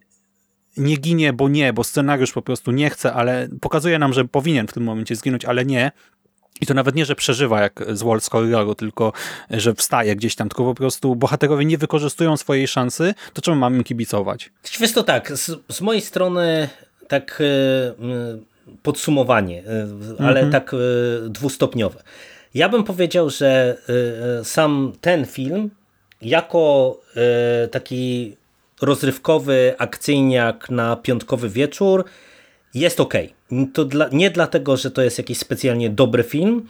nie ginie, bo nie, bo scenariusz po prostu nie chce, ale pokazuje nam, że powinien w tym momencie zginąć, ale nie, i to nawet nie, że przeżywa jak złol z horroru, tylko że wstaje gdzieś tam, tylko po prostu bohaterowie nie wykorzystują swojej szansy, to czemu mamy im kibicować? Wiesz to tak, z, z mojej strony tak yy, podsumowanie, yy, ale mhm. tak yy, dwustopniowe. Ja bym powiedział, że yy, sam ten film jako yy, taki rozrywkowy akcyjniak na piątkowy wieczór jest okej. To dla, nie dlatego, że to jest jakiś specjalnie dobry film,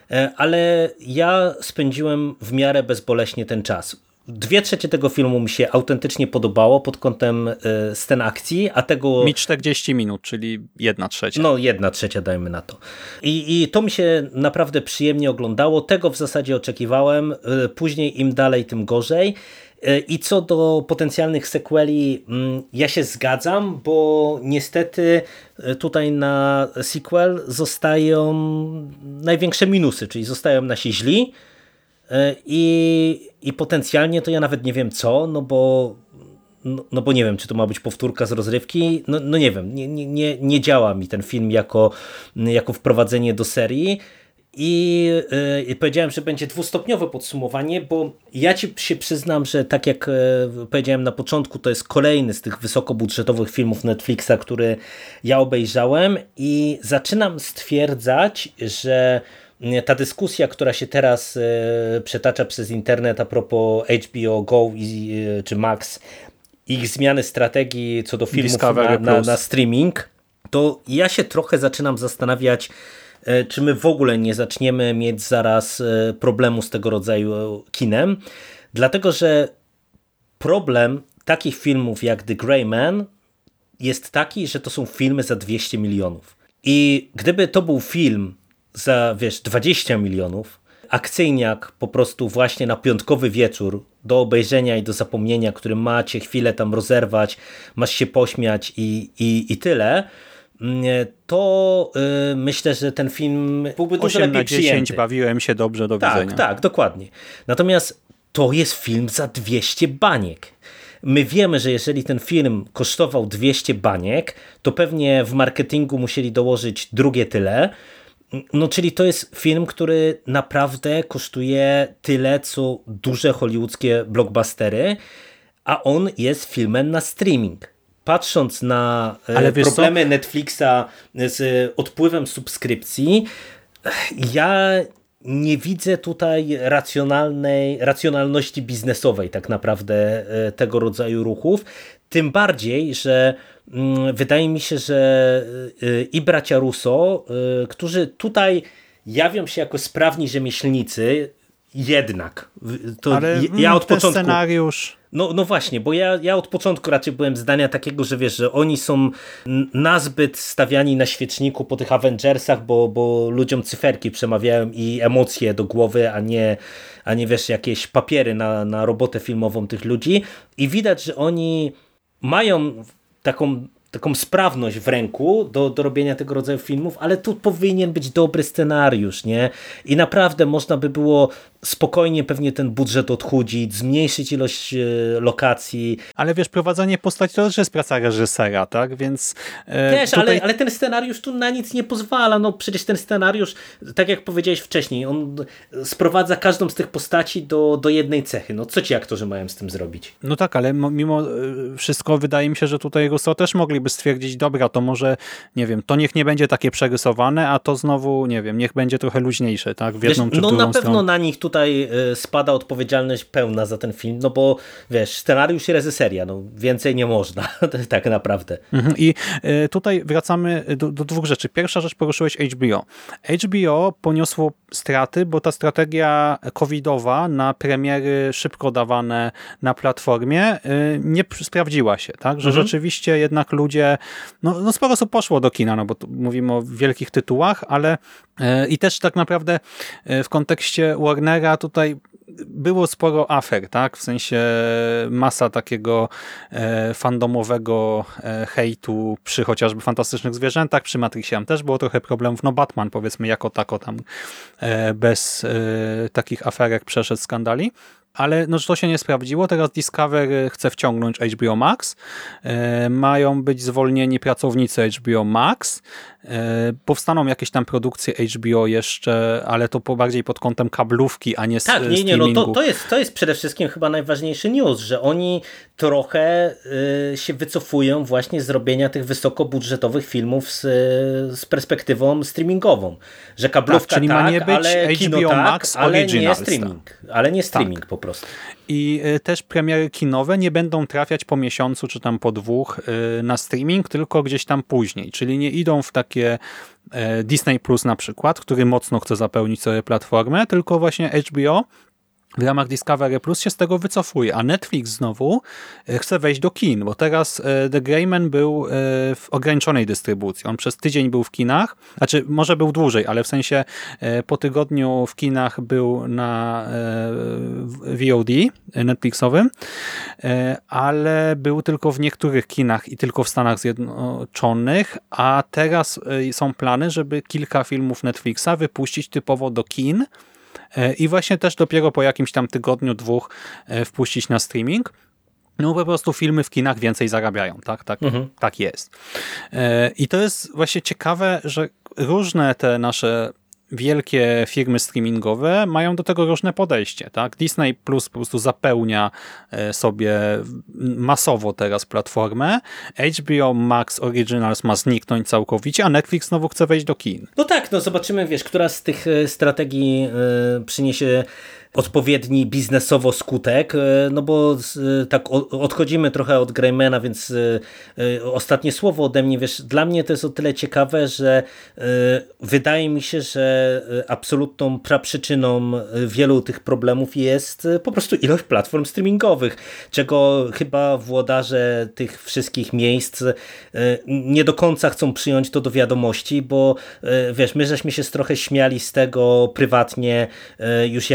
ale ja spędziłem w miarę bezboleśnie ten czas. Dwie trzecie tego filmu mi się autentycznie podobało pod kątem scen akcji, a tego... Mi czterdzieści minut, czyli jedna trzecia. No jedna trzecia dajmy na to. I, I to mi się naprawdę przyjemnie oglądało. Tego w zasadzie oczekiwałem. Później im dalej, tym gorzej. I co do potencjalnych sequeli, ja się zgadzam, bo niestety tutaj na sequel zostają największe minusy, czyli zostają nasi źli i, i potencjalnie to ja nawet nie wiem co, no bo, no, no bo nie wiem, czy to ma być powtórka z rozrywki, no, no nie wiem, nie, nie, nie działa mi ten film jako, jako wprowadzenie do serii. I yy, powiedziałem, że będzie dwustopniowe podsumowanie, bo ja ci się przyznam, że tak jak yy, powiedziałem na początku, to jest kolejny z tych wysokobudżetowych filmów Netflixa, który ja obejrzałem i zaczynam stwierdzać, że ta dyskusja, która się teraz yy, przetacza przez internet a propos H B O Go i, yy, czy Max, ich zmiany strategii co do filmów na, na, na streaming, to ja się trochę zaczynam zastanawiać, czy my w ogóle nie zaczniemy mieć zaraz problemu z tego rodzaju kinem. Dlatego, że problem takich filmów jak The Gray Man jest taki, że to są filmy za dwieście milionów. I gdyby to był film za, wiesz, dwadzieścia milionów, akcyjniak po prostu właśnie na piątkowy wieczór, do obejrzenia i do zapomnienia, który macie chwilę tam rozerwać, masz się pośmiać i, i, i tyle, to yy, myślę, że ten film byłby dużo lepiej osiem na dziesięć przyjęty. Bawiłem się dobrze, do tak, widzenia. Tak, dokładnie. Natomiast to jest film za dwieście baniek. My wiemy, że jeżeli ten film kosztował dwieście baniek, to pewnie w marketingu musieli dołożyć drugie tyle. No, czyli to jest film, który naprawdę kosztuje tyle, co duże hollywoodzkie blockbustery, a on jest filmem na streaming. Patrząc na Ale problemy Netflixa z odpływem subskrypcji, ja nie widzę tutaj racjonalnej, racjonalności biznesowej tak naprawdę tego rodzaju ruchów. Tym bardziej, że wydaje mi się, że i bracia Russo, którzy tutaj jawią się jako sprawni rzemieślnicy, jednak. To Ale ja od ten początku... scenariusz... No, no właśnie, bo ja, ja od początku raczej byłem zdania takiego, że wiesz, że oni są nazbyt stawiani na świeczniku po tych Avengersach, bo, bo ludziom cyferki przemawiają i emocje do głowy, a nie, a nie wiesz, jakieś papiery na, na robotę filmową tych ludzi. I widać, że oni mają taką taką sprawność w ręku do, do robienia tego rodzaju filmów, ale tu powinien być dobry scenariusz, nie? I naprawdę można by było spokojnie pewnie ten budżet odchudzić, zmniejszyć ilość e, lokacji. Ale wiesz, prowadzenie postaci to też jest praca reżysera, tak? Więc e, Też, tutaj... ale, ale ten scenariusz tu na nic nie pozwala. No przecież ten scenariusz, tak jak powiedziałeś wcześniej, on sprowadza każdą z tych postaci do, do jednej cechy. No co ci aktorzy mają z tym zrobić? No tak, ale mimo wszystko wydaje mi się, że tutaj Russo też mogliby stwierdzić, dobra, to może, nie wiem, to niech nie będzie takie przerysowane, a to znowu, nie wiem, niech będzie trochę luźniejsze, tak? W jedną wiesz, czy no drugą na pewno stronę. na nich tutaj spada odpowiedzialność pełna za ten film, no bo wiesz, scenariusz i reżyseria, no więcej nie można, tak naprawdę. Mhm. I tutaj wracamy do, do dwóch rzeczy. Pierwsza rzecz, poruszyłeś H B O. H B O poniosło straty, bo ta strategia covidowa na premiery szybko dawane na platformie nie sprawdziła się, tak? Że mhm. rzeczywiście jednak ludzie, no, no sporo osób poszło do kina, no bo tu mówimy o wielkich tytułach, ale i też tak naprawdę w kontekście Warnera tutaj było sporo afer, tak? W sensie masa takiego e, fandomowego e, hejtu przy chociażby Fantastycznych Zwierzętach, przy Matrixie też było trochę problemów. No Batman powiedzmy jako tako tam e, bez e, takich aferek przeszedł skandali. Ale no, że to się nie sprawdziło. Teraz Discovery chce wciągnąć H B O Max. E, mają być zwolnieni pracownicy H B O Max. E, powstaną jakieś tam produkcje H B O jeszcze, ale to po, bardziej pod kątem kablówki, a nie tak, streamingu. Tak, nie, nie, no to, to, jest, to jest przede wszystkim chyba najważniejszy news, że oni trochę y, się wycofują właśnie z robienia tych wysokobudżetowych filmów z, z perspektywą streamingową. Że kablówka tak, czyli tak, ma nie być ale H kino B O tak, Max ale nie Originals, streaming. Ale nie streaming tak. po prostu. I też premiery kinowe nie będą trafiać po miesiącu czy tam po dwóch na streaming, tylko gdzieś tam później. Czyli nie idą w takie Disney Plus na przykład, który mocno chce zapełnić sobie platformę, tylko właśnie H B O w ramach Discovery Plus się z tego wycofuje, a Netflix znowu chce wejść do kin, bo teraz The Gray Man był w ograniczonej dystrybucji. On przez tydzień był w kinach, znaczy może był dłużej, ale w sensie po tygodniu w kinach był na V O D Netflixowym, ale był tylko w niektórych kinach i tylko w Stanach Zjednoczonych, a teraz są plany, żeby kilka filmów Netflixa wypuścić typowo do kin, i właśnie też dopiero po jakimś tam tygodniu, dwóch wpuścić na streaming. No po prostu filmy w kinach więcej zarabiają, tak? Tak, mhm. tak jest. I to jest właśnie ciekawe, że różne te nasze wielkie firmy streamingowe mają do tego różne podejście, tak? Disney Plus po prostu zapełnia sobie masowo teraz platformę. H B O Max Originals ma zniknąć całkowicie, a Netflix znowu chce wejść do kin. No tak, no zobaczymy, wiesz, która z tych strategii y, przyniesie odpowiedni biznesowo skutek, no bo tak odchodzimy trochę od Greymana, więc ostatnie słowo ode mnie, wiesz, dla mnie to jest o tyle ciekawe, że wydaje mi się, że absolutną praprzyczyną wielu tych problemów jest po prostu ilość platform streamingowych, czego chyba włodarze tych wszystkich miejsc nie do końca chcą przyjąć to do wiadomości, bo wiesz, my żeśmy się trochę śmiali z tego prywatnie już jakiś czas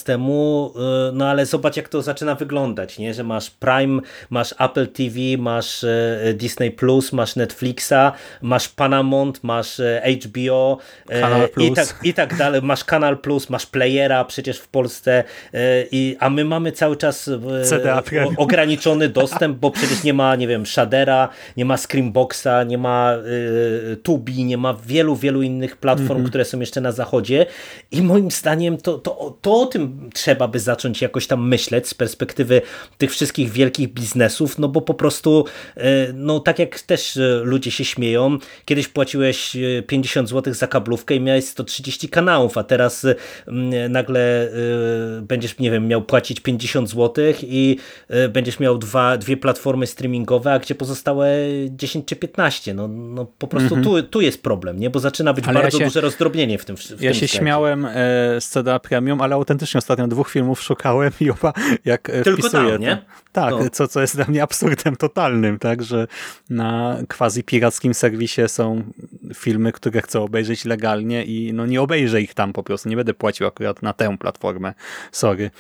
temu, no ale zobacz jak to zaczyna wyglądać, nie? Że masz Prime, masz Apple T V, masz Disney Plus, masz Netflixa, masz Paramount, masz H B O Kanal Plus. i tak, i tak dalej, masz Kanal Plus, masz Playera przecież w Polsce, i, a my mamy cały czas C D A Premium. ograniczony dostęp, bo przecież nie ma, nie wiem, Shadera, nie ma Screamboxa, nie ma y, Tubi, nie ma wielu, wielu innych platform, mm-hmm. które są jeszcze na zachodzie i moim zdaniem to, to, to o tym trzeba by zacząć jakoś tam myśleć z perspektywy tych wszystkich wielkich biznesów, no bo po prostu y, no tak jak też y, ludzie się śmieją, kiedyś płaciłeś pięćdziesiąt złotych za kablówkę i miałeś sto trzydzieści kanałów, a teraz y, nagle y, będziesz, nie wiem, miał płacić pięćdziesiąt złotych i y, będziesz miał dwa, dwie platformy streamingowe, a gdzie pozostałe dziesięć czy piętnaście. No, no po prostu mm-hmm. tu, tu jest problem, nie? Bo zaczyna być ale bardzo ja się, duże rozdrobnienie w tym w Ja tym się względzie. śmiałem e, z C D A Premium, ale autentycznie ostatnio dwóch filmów szukałem i oba jak e, Tylko wpisuję, tam, nie? To, tak, no. co, co jest dla mnie absurdem totalnym, tak, że na quasi pirackim serwisie są filmy, które chcę obejrzeć legalnie i no nie obejrzę ich tam po prostu, nie będę płacił akurat na tę platformę, sorry.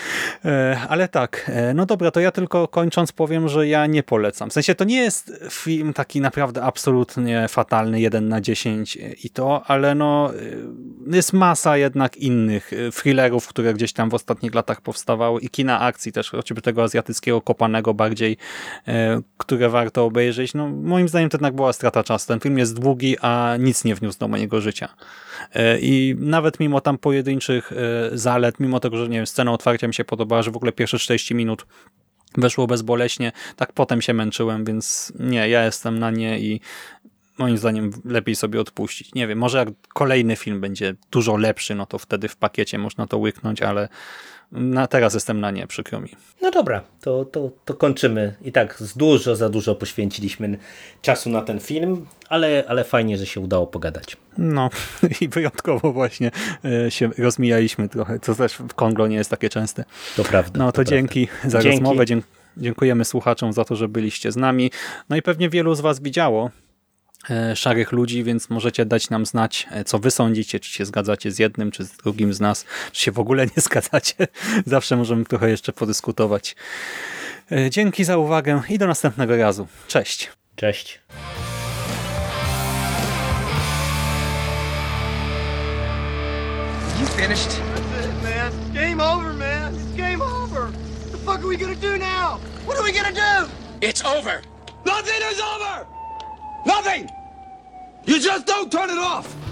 E, ale tak, e, no dobra, to ja tylko kończąc powiem, że ja nie polecam. W sensie to nie jest film taki naprawdę absolutnie fatalny, jeden na dziesięć i to, ale no jest masa jednak innych thrillerów, które gdzieś tam w ostatnich latach powstawały i kina akcji też, choćby tego azjatyckiego kopanego bardziej, które warto obejrzeć. No moim zdaniem to jednak była strata czasu. Ten film jest długi, a nic nie wniósł do mojego życia. I nawet mimo tam pojedynczych zalet, mimo tego, że nie wiem, scena otwarcia mi się podobała, że w ogóle pierwsze czterdzieści minut weszło bezboleśnie, tak potem się męczyłem, więc nie, ja jestem na nie i moim zdaniem lepiej sobie odpuścić. Nie wiem, może jak kolejny film będzie dużo lepszy, no to wtedy w pakiecie można to łyknąć, ale na teraz jestem na nie, przykro mi. No dobra, to, to, to kończymy. I tak z dużo, za dużo poświęciliśmy czasu na ten film, ale, ale fajnie, że się udało pogadać. No i wyjątkowo właśnie się rozmijaliśmy trochę, co też w Konglo nie jest takie częste. To prawda. No to, to dzięki prawda. za dzięki. rozmowę, dziękujemy słuchaczom za to, że byliście z nami. No i pewnie wielu z was widziało Szarych ludzi, więc możecie dać nam znać, co wy sądzicie, czy się zgadzacie z jednym, czy z drugim z nas, czy się w ogóle nie zgadzacie. Zawsze możemy trochę jeszcze podyskutować. Dzięki za uwagę i do następnego razu. Cześć. Cześć. You finished? That's it, man. It's game over, man. It's game over. What the fuck are we gonna do now? What are we gonna do? It's over. Nothing is over! Nothing! You just don't turn it off!